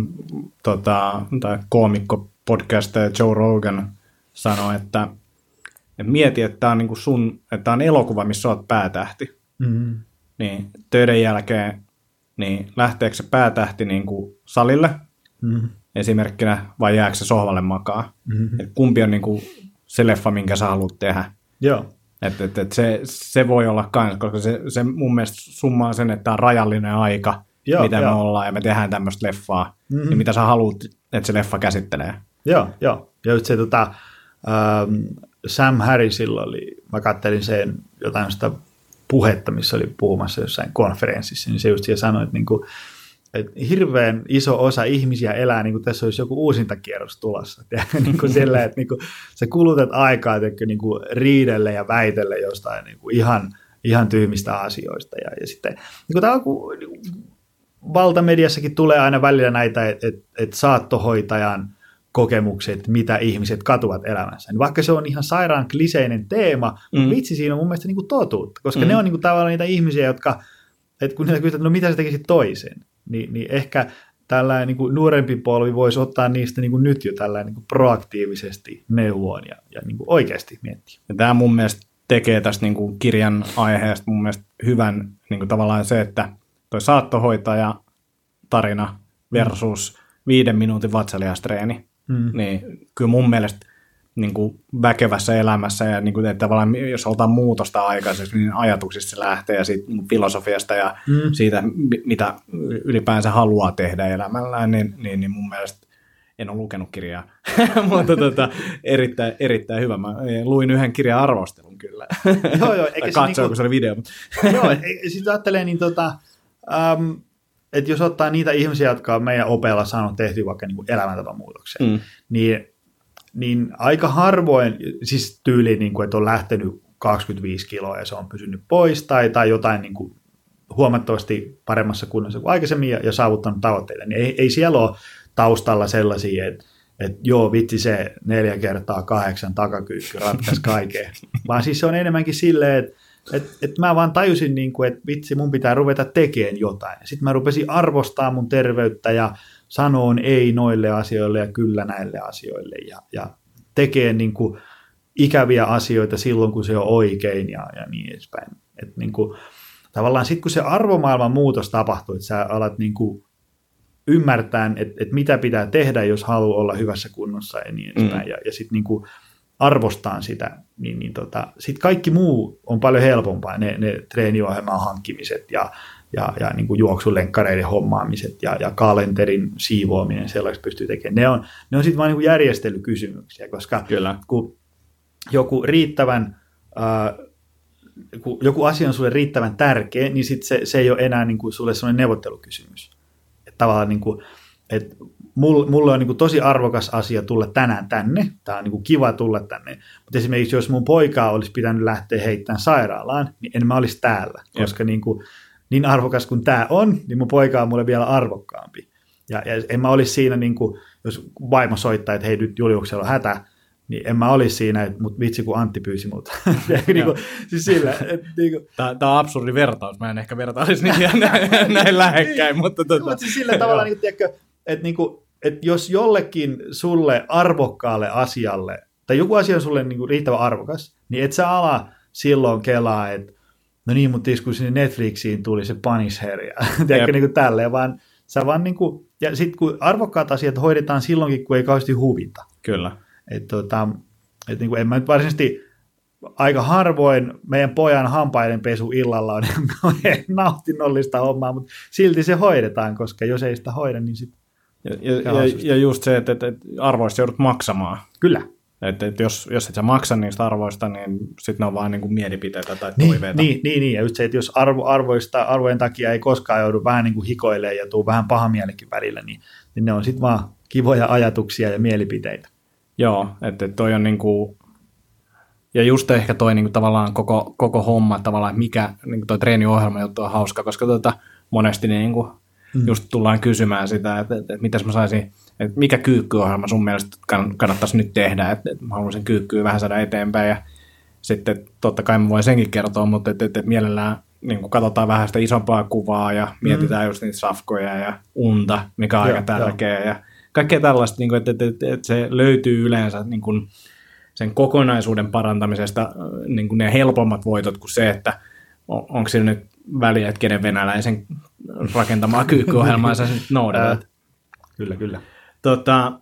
tota, tämä koomikko-podcastaja Joe Rogan sanoi, että, että mieti, että tämä on, niin kuin sun, että tämä on elokuva, missä olet päätähti. Mm-hmm. Niin töiden jälkeen niin lähteekö se päätähti niin kuin salille mm-hmm. esimerkkinä, vai jääkö se sohvalle makaa? Mm-hmm. Et kumpi on niin kuin se leffa, minkä sä haluat tehdä? Joo. Et, et, et se, se voi olla kans, koska se, se mun mielestä summaa sen, että tämä on rajallinen aika, joo, mitä joo. me ollaan, ja me tehdään tämmöistä leffaa, mm-hmm. niin mitä sä haluat, että se leffa käsittelee. Joo, joo. Ja just se tota, ähm, Sam Harrisilla oli, mä kattelin sen jotain sitä puhetta, missä oli puhumassa jossain konferenssissa, niin se just siellä sanoi, että, niinku, että hirveän iso osa ihmisiä elää, niin kuin tässä olisi joku uusintakierros tulossa. niin kuin sillä, että niin kuin, sä kulutat aikaa että, niin kuin riidelle ja väitelle jostain niin kuin ihan, ihan tyhmistä asioista. Ja, ja sitten niin kuin tämä, kun, niin kuin, valtamediassakin tulee aina välillä näitä, että, että, että saattohoitajan kokemukset, mitä ihmiset katuvat elämässä. Niin vaikka se on ihan sairaan kliseinen teema, mm. vitsi siinä on mun mielestä niin kuin totuutta, koska mm. ne on niin kuin tavallaan niitä ihmisiä, jotka, että kun niitä kysytään, no mitä sä tekisit toisin, niin, niin ehkä tällainen niin kuin nuorempi polvi voisi ottaa niistä niin kuin nyt jo tällainen niin kuin proaktiivisesti neuvoon ja, ja niin kuin oikeasti miettiä. Ja tämä mun mielestä tekee tästä niin kuin kirjan aiheesta mun mielestä hyvän niin kuin tavallaan se, että toi saattohoitaja tarina versus mm. viiden minuutin vatsalihastreeni, Mm. niin kyllä mun mielestä niin kuin väkevässä elämässä ja niin kuin, että tavallaan jos halutaan muutosta aikaiseksi, niin ajatuksista se lähtee ja siitä niin filosofiasta ja mm. siitä, mitä ylipäänsä haluaa tehdä elämällään, niin, niin, niin mun mielestä en ole lukenut kirjaa, mutta tota, erittäin, erittäin hyvä. Mä luin yhden kirjan arvostelun kyllä. Joo, joo. Tai katsoin, niinku, kun se oli video. Joo, sitten ajattelee, niin tota, um, että jos ottaa niitä ihmisiä, jotka on meidän opeilla saanut tehtyä vaikka niin kuin elämäntapamuutoksen, mm. niin, niin aika harvoin, siis tyyli, niin kuin, että on lähtenyt kaksikymmentäviisi kiloa ja se on pysynyt pois, tai, tai jotain niin kuin huomattavasti paremmassa kunnossa kuin aikaisemmin ja, ja saavuttanut tavoitteita, niin ei, ei siellä ole taustalla sellaisia, että, että joo, vitsi se neljä kertaa kahdeksan takakyykky ratkaisi kaiken, vaan siis se on enemmänkin silleen, että Että et mä vaan tajusin, niin kuin, että vitsi, mun pitää ruveta tekemään jotain. Sitten mä rupesin arvostaa mun terveyttä ja sanoon ei noille asioille ja kyllä näille asioille. Ja, ja tekemään niin kuin ikäviä asioita silloin, kun se on oikein ja, ja niin edespäin. Et niin kuin, tavallaan sitten, kun se arvomaailman muutos tapahtuu, että sä alat niin kuin ymmärtää, että, että mitä pitää tehdä, jos haluaa olla hyvässä kunnossa ja niin edespäin. Mm. Ja, ja sitten niin kuin arvostaan sitä, niin, niin tota, sitten kaikki muu on paljon helpompaa, ne, ne treeniohjelman hankkimiset ja, ja, ja niin kuin juoksulenkkareiden hommaamiset ja, ja kalenterin siivoaminen, sellaiset pystyy tekemään. Ne on, ne on sitten vain niin järjestelykysymyksiä, koska Kyllä. kun joku riittävän, äh, kun joku asia on sulle riittävän tärkeä, niin sit se, se ei ole enää niin kuin sulle sellainen neuvottelukysymys. Että tavallaan niin kuin, että mulle on niin kuin tosi arvokas asia tulla tänään tänne, tämä on niin kuin kiva tulla tänne, mutta esimerkiksi jos mun poikaa olisi pitänyt lähteä heittämään sairaalaan, niin en mä olisi täällä, koska niin, kuin, niin arvokas kuin tämä on, niin mun poika on mulle vielä arvokkaampi. Ja, ja en mä olisi siinä, niin kuin, jos vaimo soittaa, että hei nyt Juliuksella on hätä, niin en mä olisi siinä, että mut vitsi kun Antti pyysi multa. niin kuin, siis sillä, et, niin kuin. Tämä, tämä on absurdi vertaus, mä en ehkä vertaisi niitä näin, näin lähekkäin. Mutta, tuota. mutta siis sillä tavalla, niin kuin, tiedätkö, että niin kuin, että jos jollekin sulle arvokkaalle asialle, tai joku asia on sulle niin kuin riittävän arvokas, niin et sä ala silloin kelaa, että no niin, mutta kun sinne Netflixiin tuli se Punisher, ja tiedätkö, niin kuin tälleen, vaan sä vaan niin kuin, ja sitten kun arvokkaat asiat hoidetaan silloinkin, kun ei kauheasti huvita. Kyllä. Että tota, et niin kuin en mä nyt varsinaisesti aika harvoin meidän pojan hampaidenpesu illalla on nautinnollista hommaa, mutta silti se hoidetaan, koska jos ei sitä hoida, niin sitten... Ja, ja, ja, ja just se, että, että arvoista joudut maksamaan. Kyllä. Että, että jos, jos et sä maksa niistä arvoista, niin sitten ne on vaan niin kuin mielipiteitä tai niin, toiveita. Niin, niin, niin, ja just se, että jos arvo, arvoista, arvojen takia ei koskaan joudu vähän niin kuin hikoilemaan ja tuu vähän paha mielikin välillä, niin, niin ne on sitten vaan kivoja ajatuksia ja mielipiteitä. Joo, että toi on niin kuin, ja just ehkä toi niin kuin tavallaan koko, koko homma, tavallaan, että mikä niin kuin toi treeniohjelma juttu on hauska, koska tuota, monesti niin kuin mm. just tullaan kysymään sitä, että, että, että mitäs mä saisin, että mikä kyykkyohjelma sun mielestä kannattaisi nyt tehdä, että, että mä haluaisin kyykkyä vähän saada eteenpäin, ja sitten totta kai mä voin senkin kertoa, mutta että, että, että mielellään niin kuin katsotaan vähän sitä isompaa kuvaa, ja mietitään mm. just niitä safkoja ja unta, mikä on aika tärkeä, ja kaikkea tällaista, niin kuin, että, että, että, että se löytyy yleensä niin kuin sen kokonaisuuden parantamisesta niin kuin ne helpommat voitot kuin se, että on, onko sillä nyt väliä, että kenen venäläisen rakentamaa kyykkyohjelmaa sä nyt noudatat. Kyllä, kyllä. Tota,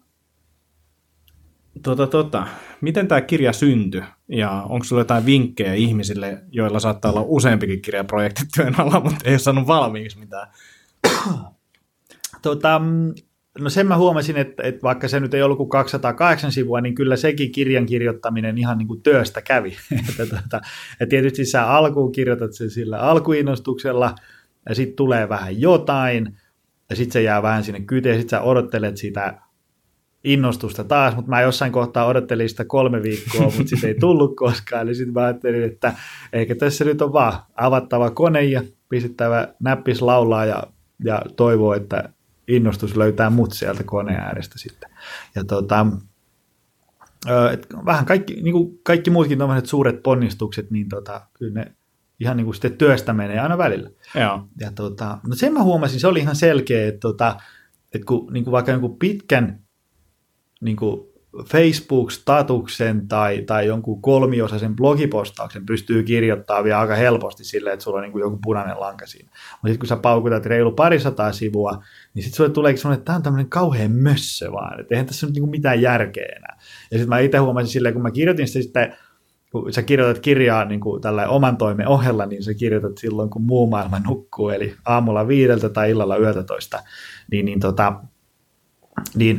tota, tota. Miten tämä kirja syntyi ja onko sulla jotain vinkkejä ihmisille, joilla saattaa olla useampikin kirjaprojekti työn alla, mutta ei ole saanut valmiiksi mitään? Tota, no sen mä huomasin, että, että vaikka se nyt ei ollut kuin kaksisataakahdeksan sivua, niin kyllä sekin kirjan kirjoittaminen ihan niin kuin työstä kävi. että, tota, ja tietysti sä alkuun kirjoitat sen sillä alkuinnostuksella, ja sitten tulee vähän jotain, ja sitten se jää vähän sinne kyyteen, ja sitten sä odottelet sitä innostusta taas, mutta mä jossain kohtaa odottelin sitä kolme viikkoa, mutta sitten ei tullut koskaan, eli sitten mä ajattelin, että ehkä tässä nyt on vaan avattava kone ja pistettävä näppis laulaa ja, ja toivoo, että innostus löytää mut sieltä koneen äärestä sitten. Ja tota, et vähän kaikki, niin kuin kaikki muutkin tommoiset suuret ponnistukset, niin tota, kyllä ne ihan niin kuin sitten työstä menee aina välillä. Joo. Ja tota, no sen mä huomasin, se oli ihan selkeä, että, tota, että kun niin kuin vaikka jonkun pitkän niin kuin Facebook-statuksen tai, tai jonkun kolmiosaisen blogipostauksen pystyy kirjoittamaan vielä aika helposti silleen, että sulla on niin kuin joku punainen lanka siinä. Mutta sitten kun sä paukutat reilu parisataa sivua, niin sitten sulle tuleekin semmoinen, että tämä on tämmöinen kauhean mössö vaan, että eihän tässä nyt niin kuin mitään järkeä enää. Ja sitten mä itse huomasin silleen, kun mä kirjoitin sitä sitten, kun sä kirjoitat kirjaa niin kuin tällä oman toimen ohella, niin sä kirjoitat silloin, kun muu maailma nukkuu, eli aamulla viideltä tai illalla yötätoista, niin, niin, tota, niin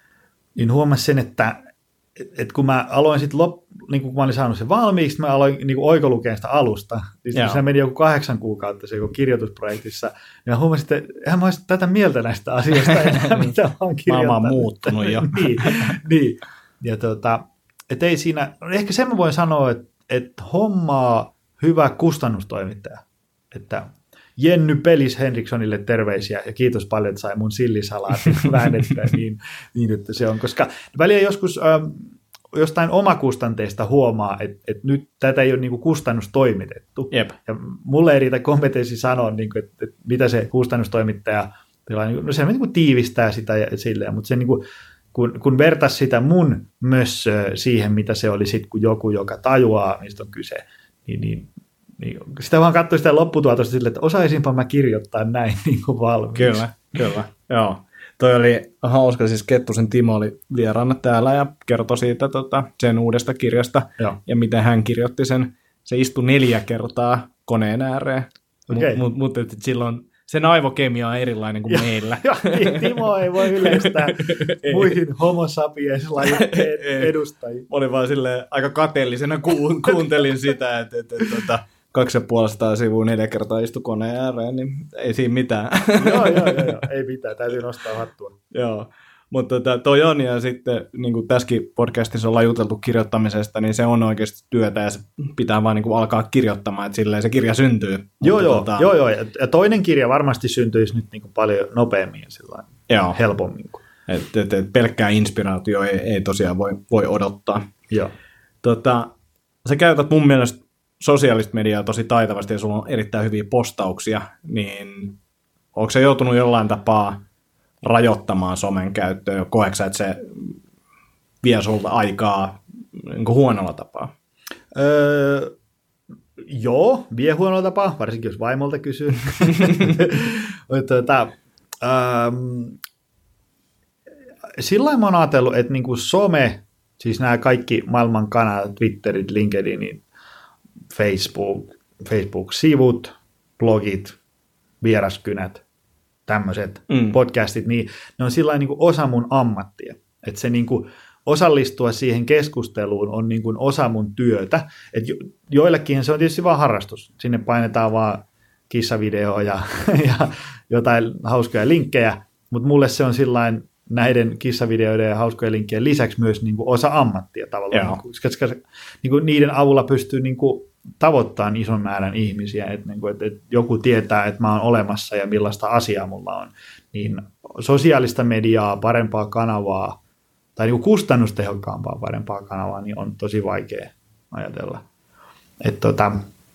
niin huomasin sen, että et kun mä aloin sitten, niin kun mä olin saanut sen valmiiksi, mä aloin niin oikolukeen sitä alusta, niin se meni joku kahdeksan kuukautta se joku kirjoitusprojektissa, ja mä huomasin, että eihän mä olisi tätä mieltä näistä asioista enää, mitä mä oon kirjoittanut. Maailma on muuttunut jo. niin, niin, ja tota, et ei siinä, ehkä sen mä voin sanoa, että, että hommaa hyvä kustannustoimittaja, että Jenny Pelis Henrikssonille terveisiä ja kiitos paljon, että sai mun sillisalaatin väännettyä niin, niin, että se on, koska väliä joskus ähm, jostain omakustanteista huomaa, että, että nyt tätä ei ole niin kuin kustannustoimitettu. Jep. Ja mulle ei riitä kompetenssi sanoa, niin kuin, että, että mitä se kustannustoimittaja, no se niin kuin tiivistää sitä ja silleen, mutta se niin kuin, kun, kun vertaisi sitä mun mössöä siihen, mitä se oli sitten, kun joku, joka tajuaa, mistä on kyse, niin, niin Niin, sitä vaan katsoi sitä lopputuotosta silleen, että osaisinpa mä kirjoittaa näin niin kuin valmiiksi. Kyllä, kyllä, joo. Toi oli hauska, siis Kettusen Timo oli vieraana täällä ja kertoi siitä tota, sen uudesta kirjasta joo. Ja miten hän kirjoitti sen. Se istui neljä kertaa koneen ääreen, okay. mutta mut, mut, silloin sen aivokemia on erilainen kuin meillä. Timo ei voi yleistää muihin homo sapiens lajitteen edustajiin. Mä olin vaan silleen aika kateellisena kuun, kuuntelin sitä, että et, et, tota, kaksi ja puolestaan sivua neljä kertaa istu koneen ääreen, niin ei siinä mitään. joo, joo, joo, joo, ei mitään, täytyy nostaa hattua. Joo, mutta tota, toi on, ja sitten niin kuin tässäkin podcastissa ollaan juteltu kirjoittamisesta, niin se on oikeasti työtä, ja se pitää vaan niin kuin alkaa kirjoittamaan, että silleen se kirja syntyy. Joo, mutta, joo, tota... joo, joo, ja toinen kirja varmasti syntyisi nyt niin kuin paljon nopeammin ja sillä helpommin. Että et, et pelkkää inspiraatio ei, ei tosiaan voi, voi odottaa. Joo. Tota, sä käytät mun mielestä sosiaalista mediaa tosi taitavasti, ja sulla on erittäin hyviä postauksia, niin onko se joutunut jollain tapaa rajoittamaan somen käyttöä, koetko että se vie sulta aikaa niin kuin huonolla tapaa? Öö, joo, vie huonolla tapaa, varsinkin jos vaimolta kysyy. tuota, ähm, sillä lailla mä oon ajatellut, että niin kuin some Siis nämä kaikki maailman kanavat, Twitterit, LinkedInit, Facebook, Facebook-sivut, blogit, vieraskynät, tämmöiset mm. podcastit, niin ne on sillä niin kuin osa mun ammattia. Että se niin kuin osallistua siihen keskusteluun on niin kuin osa mun työtä. Että jo, joillekin se on tietysti vaan harrastus. Sinne painetaan vaan kissavideoa ja, ja jotain hauskoja linkkejä, mutta mulle se on sillain näiden kissavideoiden ja hauskojen linkkien lisäksi myös niin kuin osa ammattia tavallaan, niin kuin, koska niin kuin niiden avulla pystyy niin kuin tavoittamaan ison määrän ihmisiä, että, niin kuin, että, että joku tietää, että mä oon olemassa ja millaista asiaa mulla on, niin sosiaalista mediaa, parempaa kanavaa tai niin kuin kustannustehokkaampaa parempaa kanavaa, niin on tosi vaikea ajatella. Että, tota,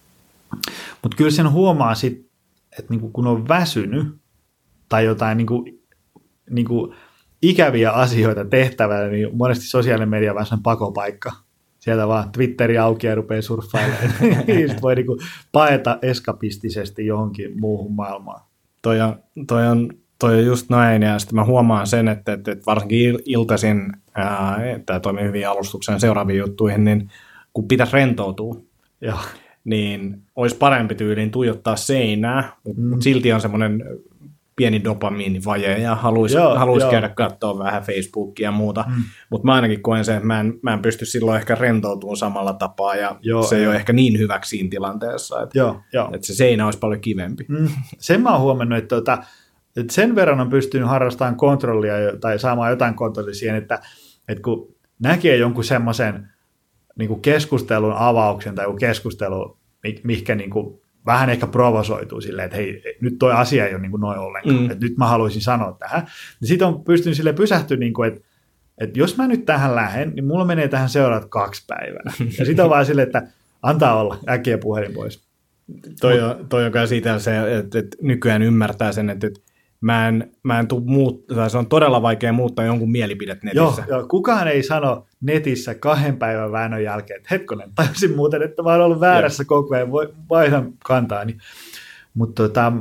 mutta kyllä sen huomaa sitten, että niin kuin kun on väsynyt tai jotain niin kuin, niin kuin ikäviä asioita tehtävänä, niin monesti sosiaalinen media on vähän sellainen pakopaikka. Sieltä vaan Twitteri auki ja rupeaa surffailemaan. Sitten voi niinku paeta eskapistisesti johonkin muuhun maailmaan. Toi on, toi on, toi on just näin, ja sitten mä huomaan sen, että, että varsinkin iltaisin, tämä toimii hyvin alustuksen seuraaviin juttuihin, niin kun pitäisi rentoutua, Joo. niin olisi parempi tyyliin tuijottaa seinää, mutta mm. silti on semmoinen pieni dopamiinivaje ja haluaisi, joo, haluaisi joo. käydä katsoa vähän Facebookia ja muuta, mm. mutta mä ainakin koen sen, että mä en, mä en pysty silloin ehkä rentoutumaan samalla tapaa ja joo, se ei joo. ole ehkä niin hyväksi siinä tilanteessa, että, joo, joo. että se seinä olisi paljon kivempi. Mm. Sen mä oon huomannut, että, että, että sen verran on pystynyt harrastamaan kontrollia tai saamaan jotain kontrollia siihen, että, että kun näkee jonkun semmoisen niin kuin keskustelun avauksen tai joku keskustelu, mihinkä niin kuin vähän ehkä provosoituu silleen, että hei, nyt toi asia ei ole niin kuin noin ollenkaan, mm. että nyt mä haluaisin sanoa tähän. Niin sitten on pystynyt silleen pysähtyä, niin kuin, että, että jos mä nyt tähän lähden, niin mulla menee tähän seuraavat kaksi päivää. Ja sitten on vaan silleen, että antaa olla, äkkiä puhelin pois. Toi on, toi on kai siitä se, että, että nykyään ymmärtää sen, että, että mä en, mä en tuu muuttaa, se on todella vaikea muuttaa jonkun mielipidet netissä. Joo, joo, kukaan ei sano netissä kahden päivän väännön jälkeen, että hetkonen, tajusin muuten, että mä oon ollut väärässä koko ajan, vaihdan kantaani. Mutta tota,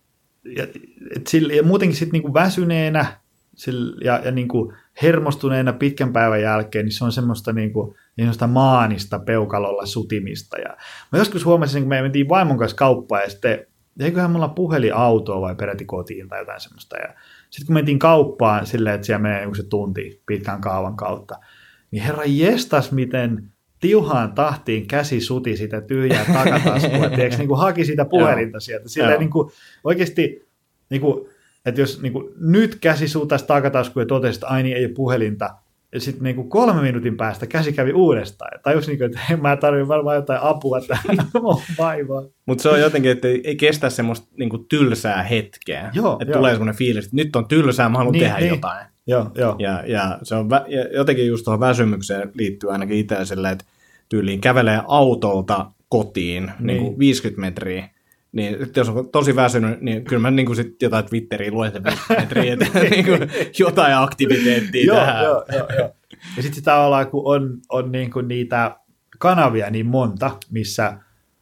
ja, ja muutenkin sitten niinku väsyneenä sillä, ja, ja niinku hermostuneena pitkän päivän jälkeen, niin se on semmoista, niinku, semmoista maanista peukalolla sutimista. Ja mä joskus huomasin, kun me mentiin vaimon kanssa kauppaan ja sitten eiköhän mulla puhelin autoa vai peräti kotiin tai jotain semmoista. Ja sitten kun mentiin kauppaan silleen, että siellä menee se tunti pitkän kaavan kautta, niin herra jestas, miten tiuhaan tahtiin käsi suti sitä tyhjää takataskua, tiedätkö, niin kuin haki sitä puhelinta sieltä. Silleen niin kuin, oikeasti, niin kuin, että jos niin kuin, nyt käsi sutaisi takataskua ja totesi, että ai niin, ei ole puhelinta, ja sitten niin kuin kolme minuutin päästä käsi kävi uudestaan. Ja tajusin, niin kuin, että mä tarvitsen varmaan jotain apua tähän vaivaan. Mutta se on jotenkin, että ei kestä semmoista niin kuin tylsää hetkeä. Joo, että jo. Tulee semmoinen fiilis, että nyt on tylsää, mä haluan niin, tehdä niin. jotain. Joo, jo. Ja, ja se on vä- ja jotenkin just tuohon väsymykseen liittyy ainakin itse silleen, että tyyliin kävelee autolta kotiin niin. Niin kuin viisikymmentä metriä. Niin jos on tosi väsynyt, niin kyllä mä niin kuin sit jotain Twitteriä luen sen viisikymmentä metriä, että niin kuin jotain aktiviteettia tähän. Joo, joo, joo. Ja sitten sitä ollaan, kun on, on niin kuin niitä kanavia niin monta, missä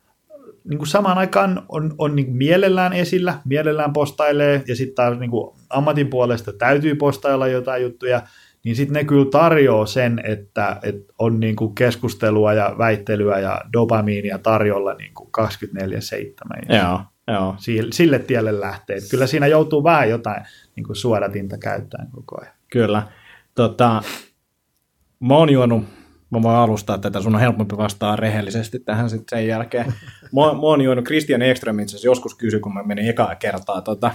niin kuin samaan aikaan on, on niin kuin mielellään esillä, mielellään postailee, ja sitten taas niin kuin ammatin puolesta täytyy postailla jotain juttuja, niin sitten ne kyllä tarjoaa sen, että, että on niin kuin keskustelua ja väittelyä ja dopamiinia tarjolla niin kuin kaksikymmentäneljä seitsemän. Joo, joo. Sille, sille tielle lähtee. Että kyllä siinä joutuu vähän jotain niin kuin suodatinta käyttämään koko ajan. Kyllä. Tota, mä oon juonut, mä voin alustaa tätä, sun on helpompi vastaa rehellisesti tähän sitten sen jälkeen. Mä, mä oon juonut Christian Ekström itse asiassa joskus kysyi, kun mä menin ekaa kertaa tota,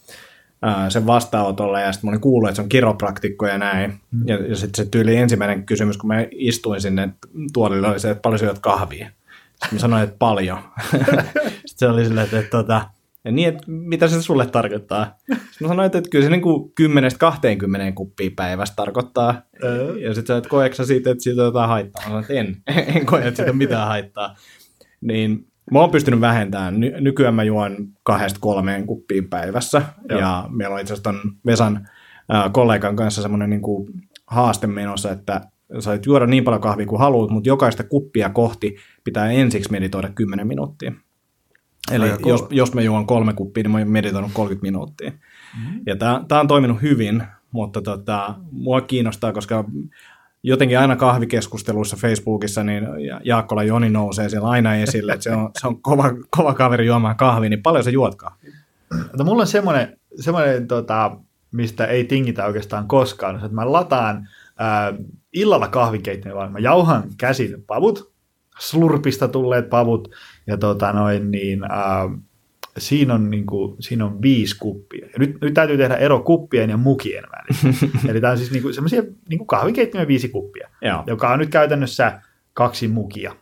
ää, sen vastaanotolle, ja sitten mä olin kuullut, että se on kiropraktikko ja näin. Mm. Ja, ja sitten se tyyli ensimmäinen kysymys, kun mä istuin sinne tuolille, oli se, että paljon syöt kahvia. Sitten mä sanoin, että paljon. Sitten se oli silleen, että, että, että ja niin, että mitä se sulle tarkoittaa? Sitten mä sanoin, että kyllä se niin kuin kymmenestä kahteenkymmeneen kuppia päivästä tarkoittaa. Öö. Ja sitten sä et koeksa siitä, että siitä on jotain haittaa. Mä sanoin, että en. En koe, että siitä on mitään haittaa. Niin mä oon pystynyt vähentämään. Ny- nykyään mä juon kahdesta kolmeen kuppiin päivässä. Joo. Ja meillä on itse asiassa ton Vesan äh, kollegan kanssa semmoinen niin kuin haaste menossa, että sait juoda niin paljon kahvia kuin haluat, mutta jokaista kuppia kohti pitää ensiksi meditoida kymmenen minuuttia. Eli jos, jos mä juon kolme kuppia, niin mä oon meditoinut kolmekymmentä minuuttia. Mm-hmm. Ja tää, tää on toiminut hyvin, mutta tota, mua kiinnostaa, koska jotenkin aina kahvikeskusteluissa Facebookissa, niin Jaakkola Joni nousee siellä aina esille, että se on, se on kova, kova kaveri juomaan kahvia, niin paljon se juot kahvia? No, mulla on semmoinen, semmoinen tota, mistä ei tingitä oikeastaan koskaan, että mä lataan ää, illalla kahvikeittiön, vaan mä jauhan käsin pavut, slurpista tulleet pavut, ja tota noin, niin, ää, siinä, on, niin kuin, siinä on viisi kuppia. Ja nyt, nyt täytyy tehdä ero kuppien ja mukien välillä. Eli tämä on siis niin semmoisia niin kahvikeittiön viisi kuppia, Joo. joka on nyt käytännössä kaksi mukia.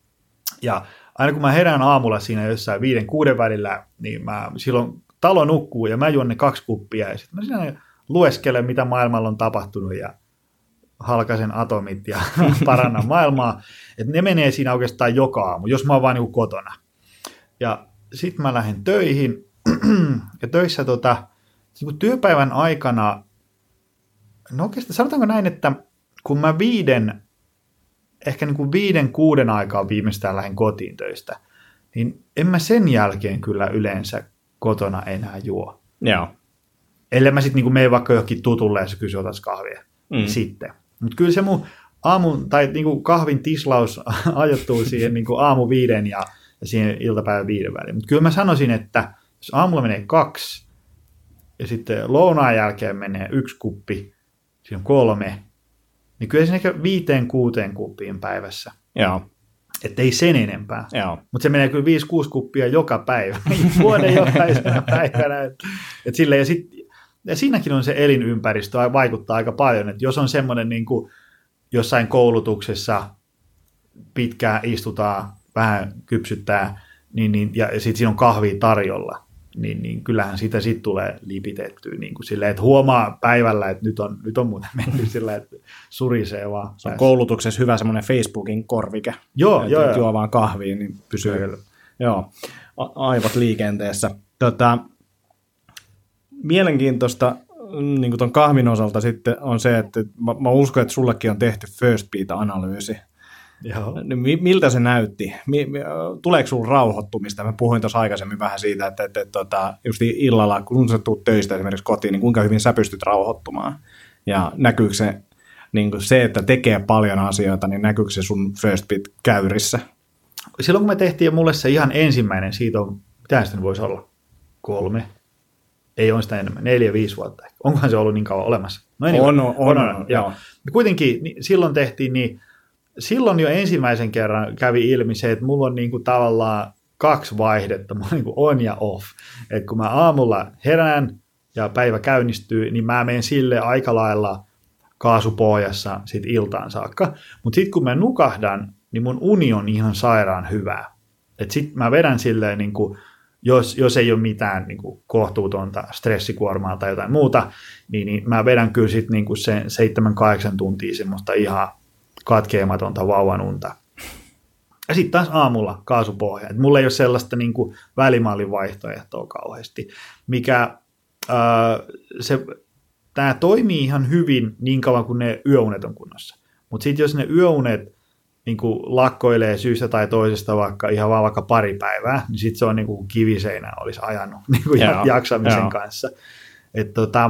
Ja aina kun mä herään aamulla siinä jossain viiden kuuden välillä, niin mä silloin talo nukkuu ja mä juon ne kaksi kuppia ja sitten mä siinä lueskelen, mitä maailmalla on tapahtunut ja halkaisen atomit ja parannan maailmaa. Että ne menee siinä oikeastaan joka aamu, jos mä oon vaan niin kotona. Ja sitten mä lähden töihin ja töissä tota, niin työpäivän aikana, no oikeastaan sanotaanko näin, että kun mä viiden, ehkä niin kuin viiden kuuden aikaa viimeistään lähden kotiin töistä, niin en mä sen jälkeen kyllä yleensä kotona enää juo. Joo. Ellei mä sitten niin mene vaikka johonkin tutulle ja se kysyy otas kahvia. Mm. Niin sitten. Mutta kyllä se mun aamun, tai niin kuin kahvin tislaus ajoittuu siihen niin kuin aamu viiden ja, ja siihen iltapäivän viiden väliin. Mutta kyllä mä sanoisin, että jos aamulla menee kaksi ja sitten lounaan jälkeen menee yksi kuppi, siinä on kolme, niin kyllä se ehkä viiteen kuuteen kuppiin päivässä. Joo. Että ei sen enempää. Mutta se menee kyllä viisi kuusi kuppia joka päivä. Vuoden jokaisena päivänä. Et, et sille, ja, sit, ja siinäkin on se elinympäristö vaikuttaa aika paljon. Et jos on semmoinen niin kuin jossain koulutuksessa pitkään istutaan, vähän kypsyttää, niin, niin, ja sitten siinä on kahvia tarjolla, niin, niin kyllähän sitä sitten tulee lipitettyä. Niin kuin silleen, että huomaa päivällä, että nyt on, nyt on muuten mennyt sillä, että surisee vaan. Se on koulutuksessa hyvä semmoinen Facebookin korvike. Joo, joo. Että juo vaan kahviin, niin pysyy kyllä. Joo, a- aivot liikenteessä. Tota, mielenkiintoista niin kuin ton kahvin osalta sitten on se, että mä, mä uskon, että sullekin on tehty First Beat-analyysi. Joo. Miltä se näytti? Tuleeko sinulla rauhoittumista? Mä puhuin tuossa aikaisemmin vähän siitä, että, että, että, että just illalla, kun sä tulet töistä esimerkiksi kotiin, niin kuinka hyvin sä pystyt rauhoittumaan? Ja näkyykö se, niin kuin se, että tekee paljon asioita, niin näkyykö se sun First Beat-käyrissä? Silloin kun me tehtiin ja mulle se ihan ensimmäinen, siitä on, mitä sitä voisi olla? Kolme? Ei ole sitä enemmän, neljä, viisi vuotta. Onkohan se ollut niin kauan olemassa? No on, on, on, on, on, joo. Kuitenkin niin, silloin tehtiin niin, silloin jo ensimmäisen kerran kävi ilmi se, että mulla on niinku tavallaan kaksi vaihdetta, mulla on niinku on ja off. Et kun mä aamulla herään ja päivä käynnistyy, niin mä menen sille aika lailla kaasupohjassa sit iltaan saakka. Mutta sitten kun mä nukahdan, niin mun uni on ihan sairaan hyvää. Et sit mä vedän silleen, niinku, jos, jos ei ole mitään niinku kohtuutonta stressikuormaa tai jotain muuta, niin, niin mä vedän kyllä sit niinku sen seitsemän kahdeksan tuntia semmoista ihan katkeamatonta vauvanunta. Ja sitten taas aamulla kaasupohja. Et mulla ei ole sellaista niin kuin välimallin vaihtoehtoa kauheasti, mikä se, tämä toimii ihan hyvin niin kauan kuin ne yöunet on kunnossa. Mutta sitten jos ne yöunet niin kuin lakkoilee syystä tai toisesta vaikka ihan vaan vaikka pari päivää, niin sitten se on niin kuin kiviseinä olisi ajanut niin kuin Joo, jaksamisen jo. kanssa. Et tota,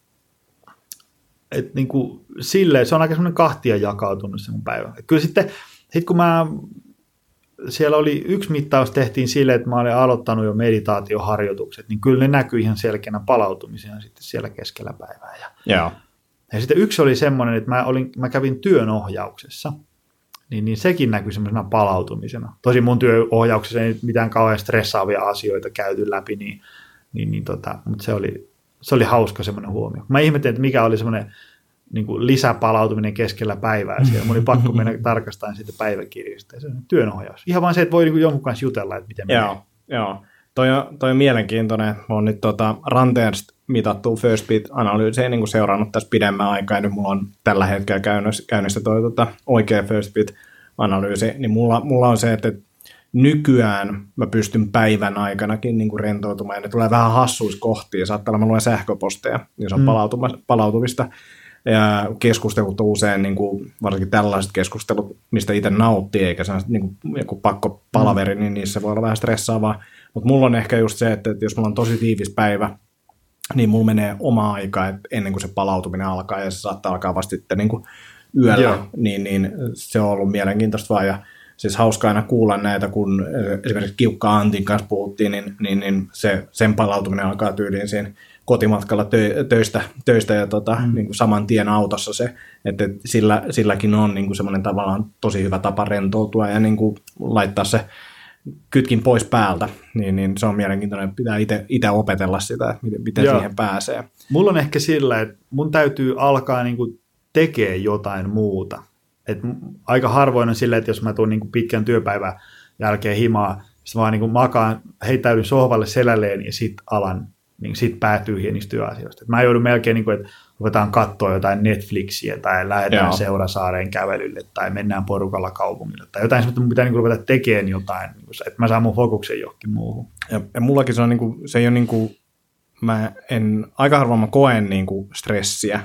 et niin kuin silleen, se on aika semmoinen kahtia jakautunut se mun päivä. Et kyllä sitten, sit kun mä, siellä oli yksi mittaus tehtiin silleen, että mä olin aloittanut jo meditaatioharjoitukset, niin kyllä ne näkyi ihan selkeänä palautumisena sitten siellä keskellä päivää. Ja, yeah. ja sitten yksi oli semmoinen, että mä, olin, mä kävin työnohjauksessa, niin, niin sekin näkyi semmoisena palautumisena. Tosin mun työohjauksessa ei mitään kauhean stressaavia asioita käyty läpi, niin, niin, niin tota, mutta se oli... Se oli hauska semmoinen huomio. Mä ihmettelin, että mikä oli semmoinen niin kuin lisäpalautuminen keskellä päivää. Siellä mun oli pakko mennä tarkastamaan siitä päiväkirjasta. Ja se on työnohjaus. Ihan vaan se, että voi niin kuin jonkun kanssa jutella, että miten menee. Joo, joo. Toi on, toi on mielenkiintoinen. Mä oon nyt tota, ranteesta mitattua First Beat-analyysiä niin kuin seurannut tässä pidemmän aikaa. Ja nyt mulla on tällä hetkellä käynnissä, käynnissä toi tota, oikea First Beat-analyysi. Niin mulla, mulla on se, että nykyään mä pystyn päivän aikanakin niin kuin rentoutumaan, ja ne tulee vähän hassuissa kohtia, saattaa olla, mä luen sähköposteja, jos on mm. palautuvista, ja keskustelut on usein, niin kuin, varsinkin tällaiset keskustelut, mistä itse nauttii, eikä se niin kuin joku pakko palaveri, mm. niin niissä voi olla vähän stressaavaa, mutta mulla on ehkä just se, että jos mulla on tosi tiivis päivä, niin mulla menee oma aika ennen kuin se palautuminen alkaa, ja se saattaa alkaa vasta sitten niin kuin yöllä, Joo. niin, niin se on ollut mielenkiintoista vaan. Ja siis hauska aina kuulla näitä, kun esimerkiksi Kiukka Antin kanssa puhuttiin, niin, niin, niin se, sen palautuminen alkaa tyyliin siinä kotimatkalla tö, töistä, töistä ja tota, mm. niin kuin saman tien autossa se, että sillä, silläkin on niin kuin semmoinen tavallaan tosi hyvä tapa rentoutua ja niin kuin laittaa se kytkin pois päältä, niin, niin se on mielenkiintoinen, että pitää itse opetella sitä, että miten, miten siihen pääsee. Mulla on ehkä sillä, että mun täytyy alkaa niin kuin tekemään jotain muuta. Et aika harvoin on sillä, että jos mä tuun niin kuin pitkän työpäivän jälkeen himaa, sitten vaan niin kuin makaan, heittäydyn sohvalle selälleen ja sitten alan, niin sit päätyy niistä työasioista. Et mä joudun melkein, niin kuin, että ruvetaan katsoa jotain Netflixiä tai lähdetään Joo. Seurasaareen kävelylle tai mennään porukalla kaupungille tai jotain, että mun pitää niin kuin ruveta tekemään jotain, että mä saan mun fokuksen johonkin muuhun. Ja, ja mullakin se on, niin kuin, se ei ole niin kuin, mä en, aika harvoin mä koen niin kuin stressiä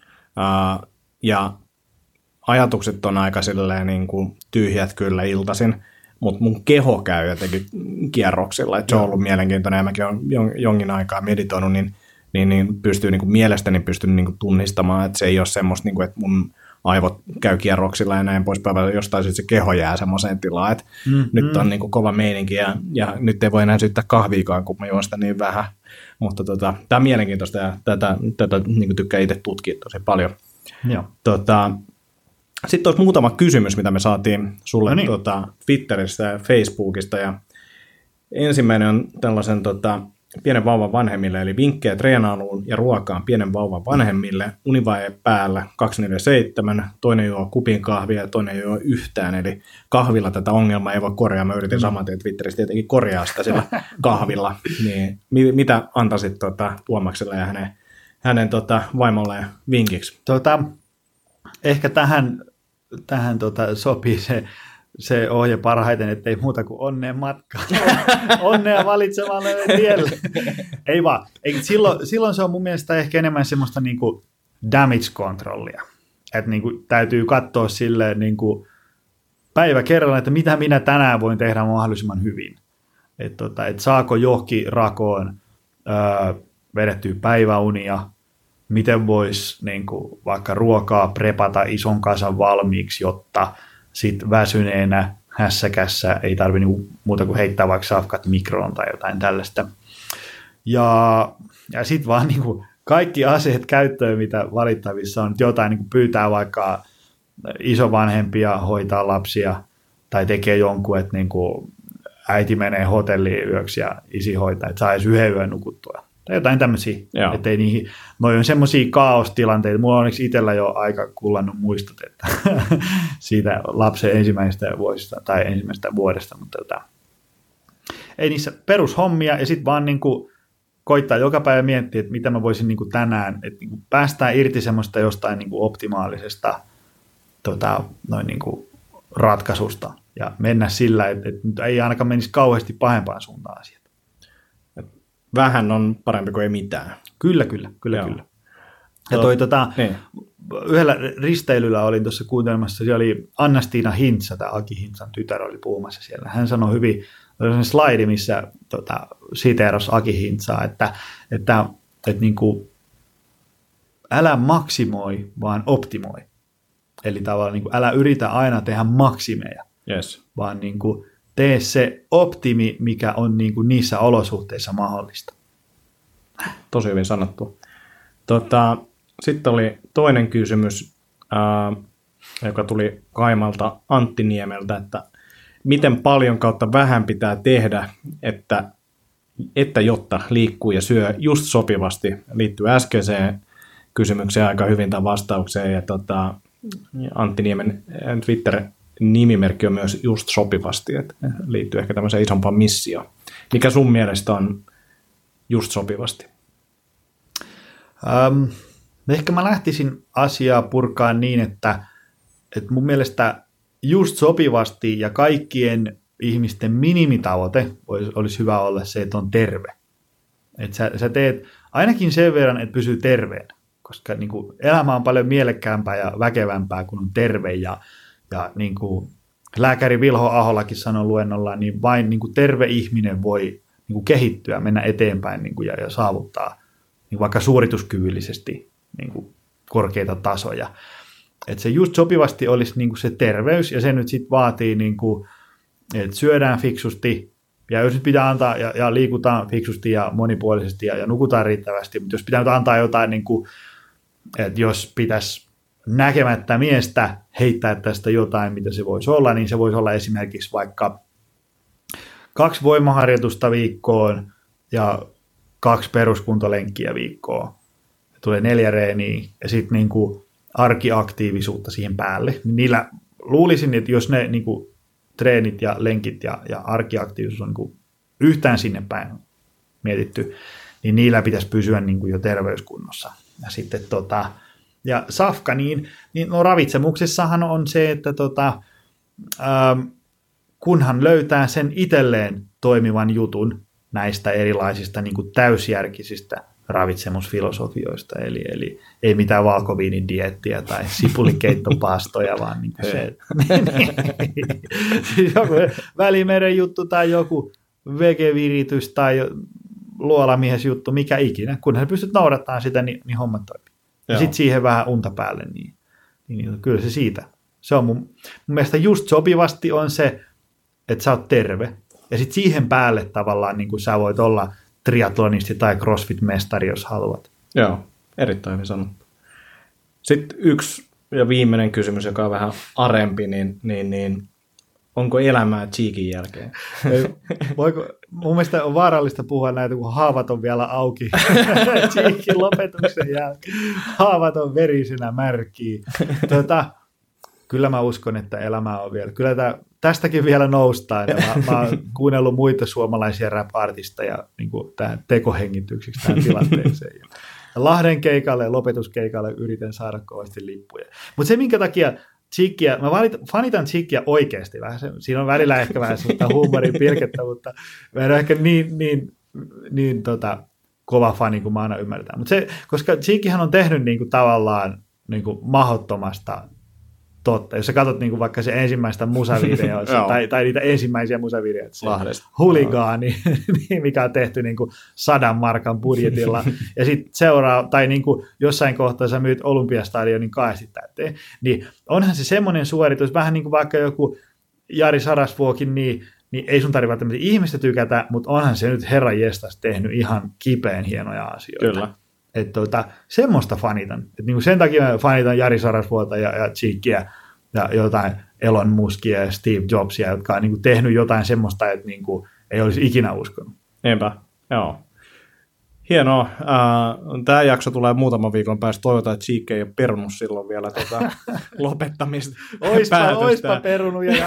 uh, ja ajatukset on aika silleen niin kuin tyhjät kyllä iltaisin, mutta mun keho käy jotenkin kierroksilla, että se on ollut mielenkiintoinen ja mäkin olen jonkin aikaa meditoinut, niin, niin, niin pystyy niin kuin mielestäni pystyy niin kuin tunnistamaan, että se ei ole semmoista, niin kuin, että mun aivot käy kierroksilla ja näin poispäin, vaan jostain sitten se keho jää semmoiseen tilaan, että mm-hmm. nyt on niin kuin kova meininki ja, ja nyt ei voi enää syyttää kahviikaan, kun mä juon sitä niin vähän, mutta tota, tämä on mielenkiintoista ja tätä, tätä niin kuin tykkää itse tutkia tosi paljon. Joo. Tota, Sitten olisi muutama kysymys, mitä me saatiin sulle no niin. tota, Twitteristä ja Facebookista. Ja ensimmäinen on tällaisen tota, pienen vauvan vanhemmille, eli vinkkejä treenailuun ja ruokaan pienen vauvan vanhemmille. Univaihe päällä kaksikymmentäneljä seitsemän, toinen juo kupin kahvia ja toinen juo yhtään, eli kahvilla tätä ongelmaa ei voi korjaa. Mä yritin saman tien Twitteristä tietenkin korjaa sitä sillä kahvilla. Niin, mitä antaisit tota, Tuomakselle ja hänen, hänen tota, vaimolleen vinkiksi? Tota, ehkä tähän tähän tota, sopii se, se ohje parhaiten, että ei muuta kuin onnea matkaa. Onnea valitsemalle tielle. Ei vaan. Ei, silloin, silloin se on mun mielestä ehkä enemmän semmoista niin kuin damage-kontrollia. Että niin kuin, täytyy katsoa silleen niin kuin päivä kerrallaan, että mitä minä tänään voin tehdä mahdollisimman hyvin. Että tota, et saako johonkin rakoon öö, vedettyä päiväunia, miten voisi niin kuin, vaikka ruokaa prepata ison kasan valmiiksi, jotta sitten väsyneenä hässäkässä ei tarvitse niin muuta kuin heittää vaikka safkat mikroon tai jotain tällaista. Ja, ja sitten vaan niin kuin, kaikki aseet käyttöön, mitä valittavissa on, jotain niin kuin pyytää vaikka isovanhempia hoitaa lapsia tai tekee jonkun, että niin kuin äiti menee hotelliin yöksi ja isi hoitaa, että saa edes yhden yön nukuttua. Tai jotain tämmöisiä, että ei niihin, noi on semmoisia kaostilanteita, mulla on onneksi itsellä jo aika kullannut muistot, että siitä lapsen ensimmäisestä vuodesta tai ensimmäisestä vuodesta, mutta tota, ei niissä perushommia ja sitten vaan niin kuin koittaa joka päivä miettiä, että mitä mä voisin niin kuin tänään, että niin kuin päästään irti semmoista jostain niin kuin optimaalisesta tota, noin niin kuin ratkaisusta ja mennä sillä, että, että ei ainakaan menisi kauheasti pahempaan suuntaan asiat. Vähän on parempi kuin ei mitään. Kyllä, kyllä, kyllä, Joo. kyllä. Ja toi, tota, niin. Yhdellä risteilyllä olin tuossa kuuntelemassa, siellä oli Anna-Stiina Hintsa, tämä Aki Hintsan tytär oli puhumassa siellä. Hän sanoi hyvin, oli sellainen slaidi, missä tota, siteerasi Aki Hintsaa, että, että, että niin kuin, älä maksimoi, vaan optimoi. Eli tavallaan niin kuin, älä yritä aina tehdä maksimeja, yes. vaan niin kuin, tee se optimi, mikä on niin kuin niissä olosuhteissa mahdollista. Tosi hyvin sanottu. Tota, sitten oli toinen kysymys, ää, joka tuli Kaimalta Antti Niemeltä, että miten paljon kautta vähän pitää tehdä, että, että jotta liikkuu ja syö just sopivasti, liittyy äskeiseen kysymykseen aika hyvin tämän vastaukseen. Ja tota, Antti Niemen Twitter-nimimerkki on myös just sopivasti, että liittyy ehkä tämmöiseen isompaan missioon. Mikä sun mielestä on just sopivasti? Um, ehkä mä lähtisin asiaa purkaa niin, että, että mun mielestä just sopivasti ja kaikkien ihmisten minimitavoite olisi, olisi hyvä olla se, että on terve. Että sä, sä teet ainakin sen verran, että pysyy terveenä, koska niin kuin, elämä on paljon mielekkäämpää ja väkevämpää, kun on terve. Ja, ja niin kuin lääkäri Vilho Aholakin sanoi luennollaan, niin vain niin kuin terve ihminen voi niin kuin kehittyä, mennä eteenpäin niin kuin, ja, ja saavuttaa niin vaikka suorituskyvyllisesti niin kuin korkeita tasoja. että se just sopivasti olisi niin kuin se terveys, ja se nyt sitten vaatii, niin kuin, että syödään fiksusti, ja jos nyt pitää antaa, ja, ja liikutaan fiksusti ja monipuolisesti, ja, ja nukutaan riittävästi, mutta jos pitää nyt antaa jotain, niin kuin, että jos pitäisi näkemättä miestä heittää tästä jotain, mitä se voisi olla, niin se voisi olla esimerkiksi vaikka kaksi voimaharjoitusta viikkoon, ja kaksi peruskuntolenkkiä viikkoon. Tulee neljä reeniä, ja sitten niin kuin arkiaktiivisuutta siihen päälle. Niillä luulisin, että jos ne niin kuin treenit ja lenkit ja, ja arkiaktiivisuus on niin kuin yhtään sinne päin mietitty, niin niillä pitäisi pysyä niin kuin jo terveyskunnossa. Ja sitten tota, ja safka, niin, niin no ravitsemuksessahan on se, että tota, ähm, kunhan löytää sen itselleen toimivan jutun näistä erilaisista niin kuin täysjärkisistä ravitsemusfilosofioista, eli, eli ei mitään valkoviinidieettiä tai sipulikeittopaastoja, vaan niin kuin se, siis joku Välimeren juttu tai joku vegeviritys tai luolamiesjuttu, mikä ikinä, kunhan pystyt noudattamaan sitä, niin, niin hommat toimii. Ja sitten siihen vähän unta päälle, niin, niin, niin kyllä se siitä. Se on mun, mun mielestä just sopivasti on se, että sä oot terve, ja sitten siihen päälle tavallaan niin kuin sä voit olla triatlonisti tai crossfit-mestari, jos haluat. Joo, erittäin hyvin sanottu. Sitten yksi ja viimeinen kysymys, joka on vähän arempi, niin, niin, niin onko elämää cheekin jälkeen? Ei, voiko, mun mielestä on vaarallista puhua näitä, kun haavat on vielä auki cheekin lopetuksen jälkeen. Haavat on verisinä märkiä. Tuota, kyllä mä uskon, että elämää on vielä. Kyllä tää, tästäkin vielä noustaan. Ja mä, mä oon kuunnellut muita suomalaisia rap-artisteja niin tähän tekohengitykseksi tähän tilanteeseen. Ja Lahden keikalle ja lopetuskeikalle yritän saada kovasti lippuja. Mutta se, minkä takia Cheekia, mä fanitan Cheekia oikeasti vähän. Siinä on välillä ehkä vähän sellaista huumorin pilkettä, mutta mä en ole ehkä niin, niin, niin tota, kova fani kuin mä aina ymmärtän. Mutta se, koska Cheekihän on tehnyt niin kuin, tavallaan niin kuin, mahdottomasta totta. Jos sä katsot niin kuin vaikka se ensimmäistä musavideoita tai, tai niitä ensimmäisiä musavideoita, Huligaani, mikä on tehty niin kuin sadan markan budjetilla, ja sitten seuraa, tai niin kuin jossain kohtaa sä myyt Olympiastadionin kahdesti täyteen, niin onhan se semmoinen suoritus, vähän niin kuin vaikka joku Jari Sarasvuokin, niin, niin ei sun tarvitse välttämättä ihmistä tykätä, mutta onhan se nyt herran jestas tehnyt ihan kipeän hienoja asioita. Kyllä. Että tuota, semmoista fanitan. Et niinku sen takia fanitan Jari Sarasvuota ja, ja Cheekia ja jotain Elon Muskia ja Steve Jobsia, jotka on niinku tehnyt jotain semmoista, että niinku ei olisi ikinä uskonut. Niinpä, joo. Hienoa. Tämä jakso tulee muutaman viikon päästä. Toivotaan, että Cheek ei ole perunut silloin vielä tuota lopettamista. Oispa, oispa perunut ja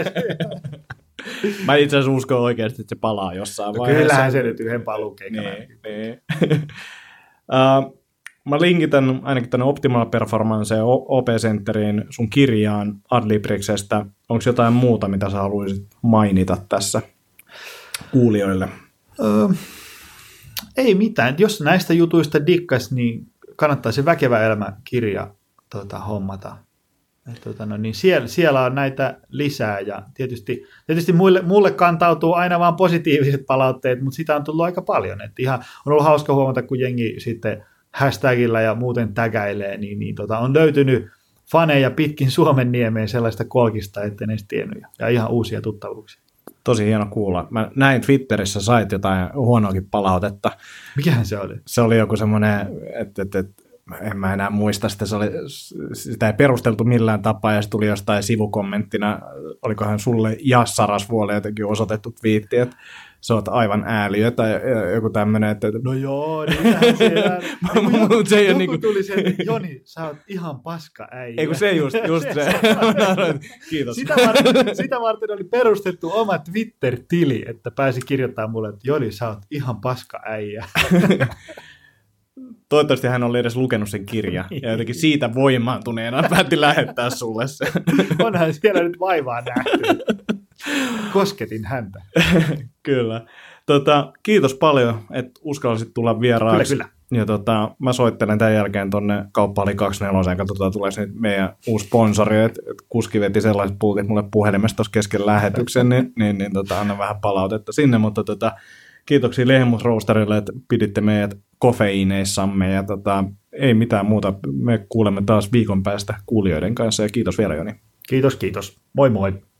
Mä itse asiassa uskon oikeasti, että se palaa jossain no, vaiheessa. Kyllähän se nyt yhden paluukeikana. Niin, niin. Uh, mä linkitän ainakin tänne Optimal Performance ja O P-centeriin sun kirjaan Adlibriksestä. Onko jotain muuta, mitä sä haluaisit mainita tässä kuulijoille? Öö, ei mitään. Jos näistä jutuista dikkas, niin kannattaa se Väkevä elämä-kirja tota, hommata. Et, tota, no, niin siellä, siellä on näitä lisää ja tietysti, tietysti mulle, mulle kantautuu aina vaan positiiviset palautteet, mutta sitä on tullut aika paljon. Et ihan, on ollut hauska huomata, kun jengi sitten hashtagillä ja muuten tägäilee, niin, niin tota, on löytynyt faneja pitkin Suomen niemeen sellaista kolkista, etten edes tiennyt, ja ihan uusia tuttavuuksia. Tosi hieno kuulla. Mä näin Twitterissä sait jotain huonoakin palautetta. Mikähän se oli? Se oli joku semmoinen, että et, et, en mä enää muista sitä, se oli, sitä ei perusteltu millään tapaa, ja se tuli jostain sivukommenttina, olikohan sulle ja Sarasvuolle jotenkin osoitettu twiitti, että sä oot aivan ääliö, tai joku tämmöinen, että no joo, niinhän siellä. Joku, se joku niinku tuli se, että Joni, sä oot ihan paska äijä. Ei kun se just, just se. se. Kiitos. Sitä varten, sitä varten oli perustettu oma Twitter-tili, että pääsi kirjoittamaan mulle, että Joni, sä oot ihan paska äijä. Toivottavasti hän oli edes lukenut sen kirjan, ja jotenkin siitä voimaantuneena päätti lähettää sulle se. Onhan siellä nyt vaivaa nähty. Kosketin häntä. Kyllä. Tota, kiitos paljon, että uskallisit tulla vieraaksi. Kyllä, kyllä. Ja tota, mä soittelen tämän jälkeen tuonne Kauppahalli kaksikymmentäneljä, katsotaan tulee se meidän uusi sponsori, että et kuski veti sellaiset pultit mulle puhelimesta tuossa kesken lähetyksen, niin, niin, niin tota, anna vähän palautetta sinne, mutta tota, kiitoksia Lehmus Roasterille, että piditte meidät kofeiineissamme ja tota, ei mitään muuta. Me kuulemme taas viikon päästä kuulijoiden kanssa ja kiitos vielä Joni. Kiitos, kiitos. Moi moi.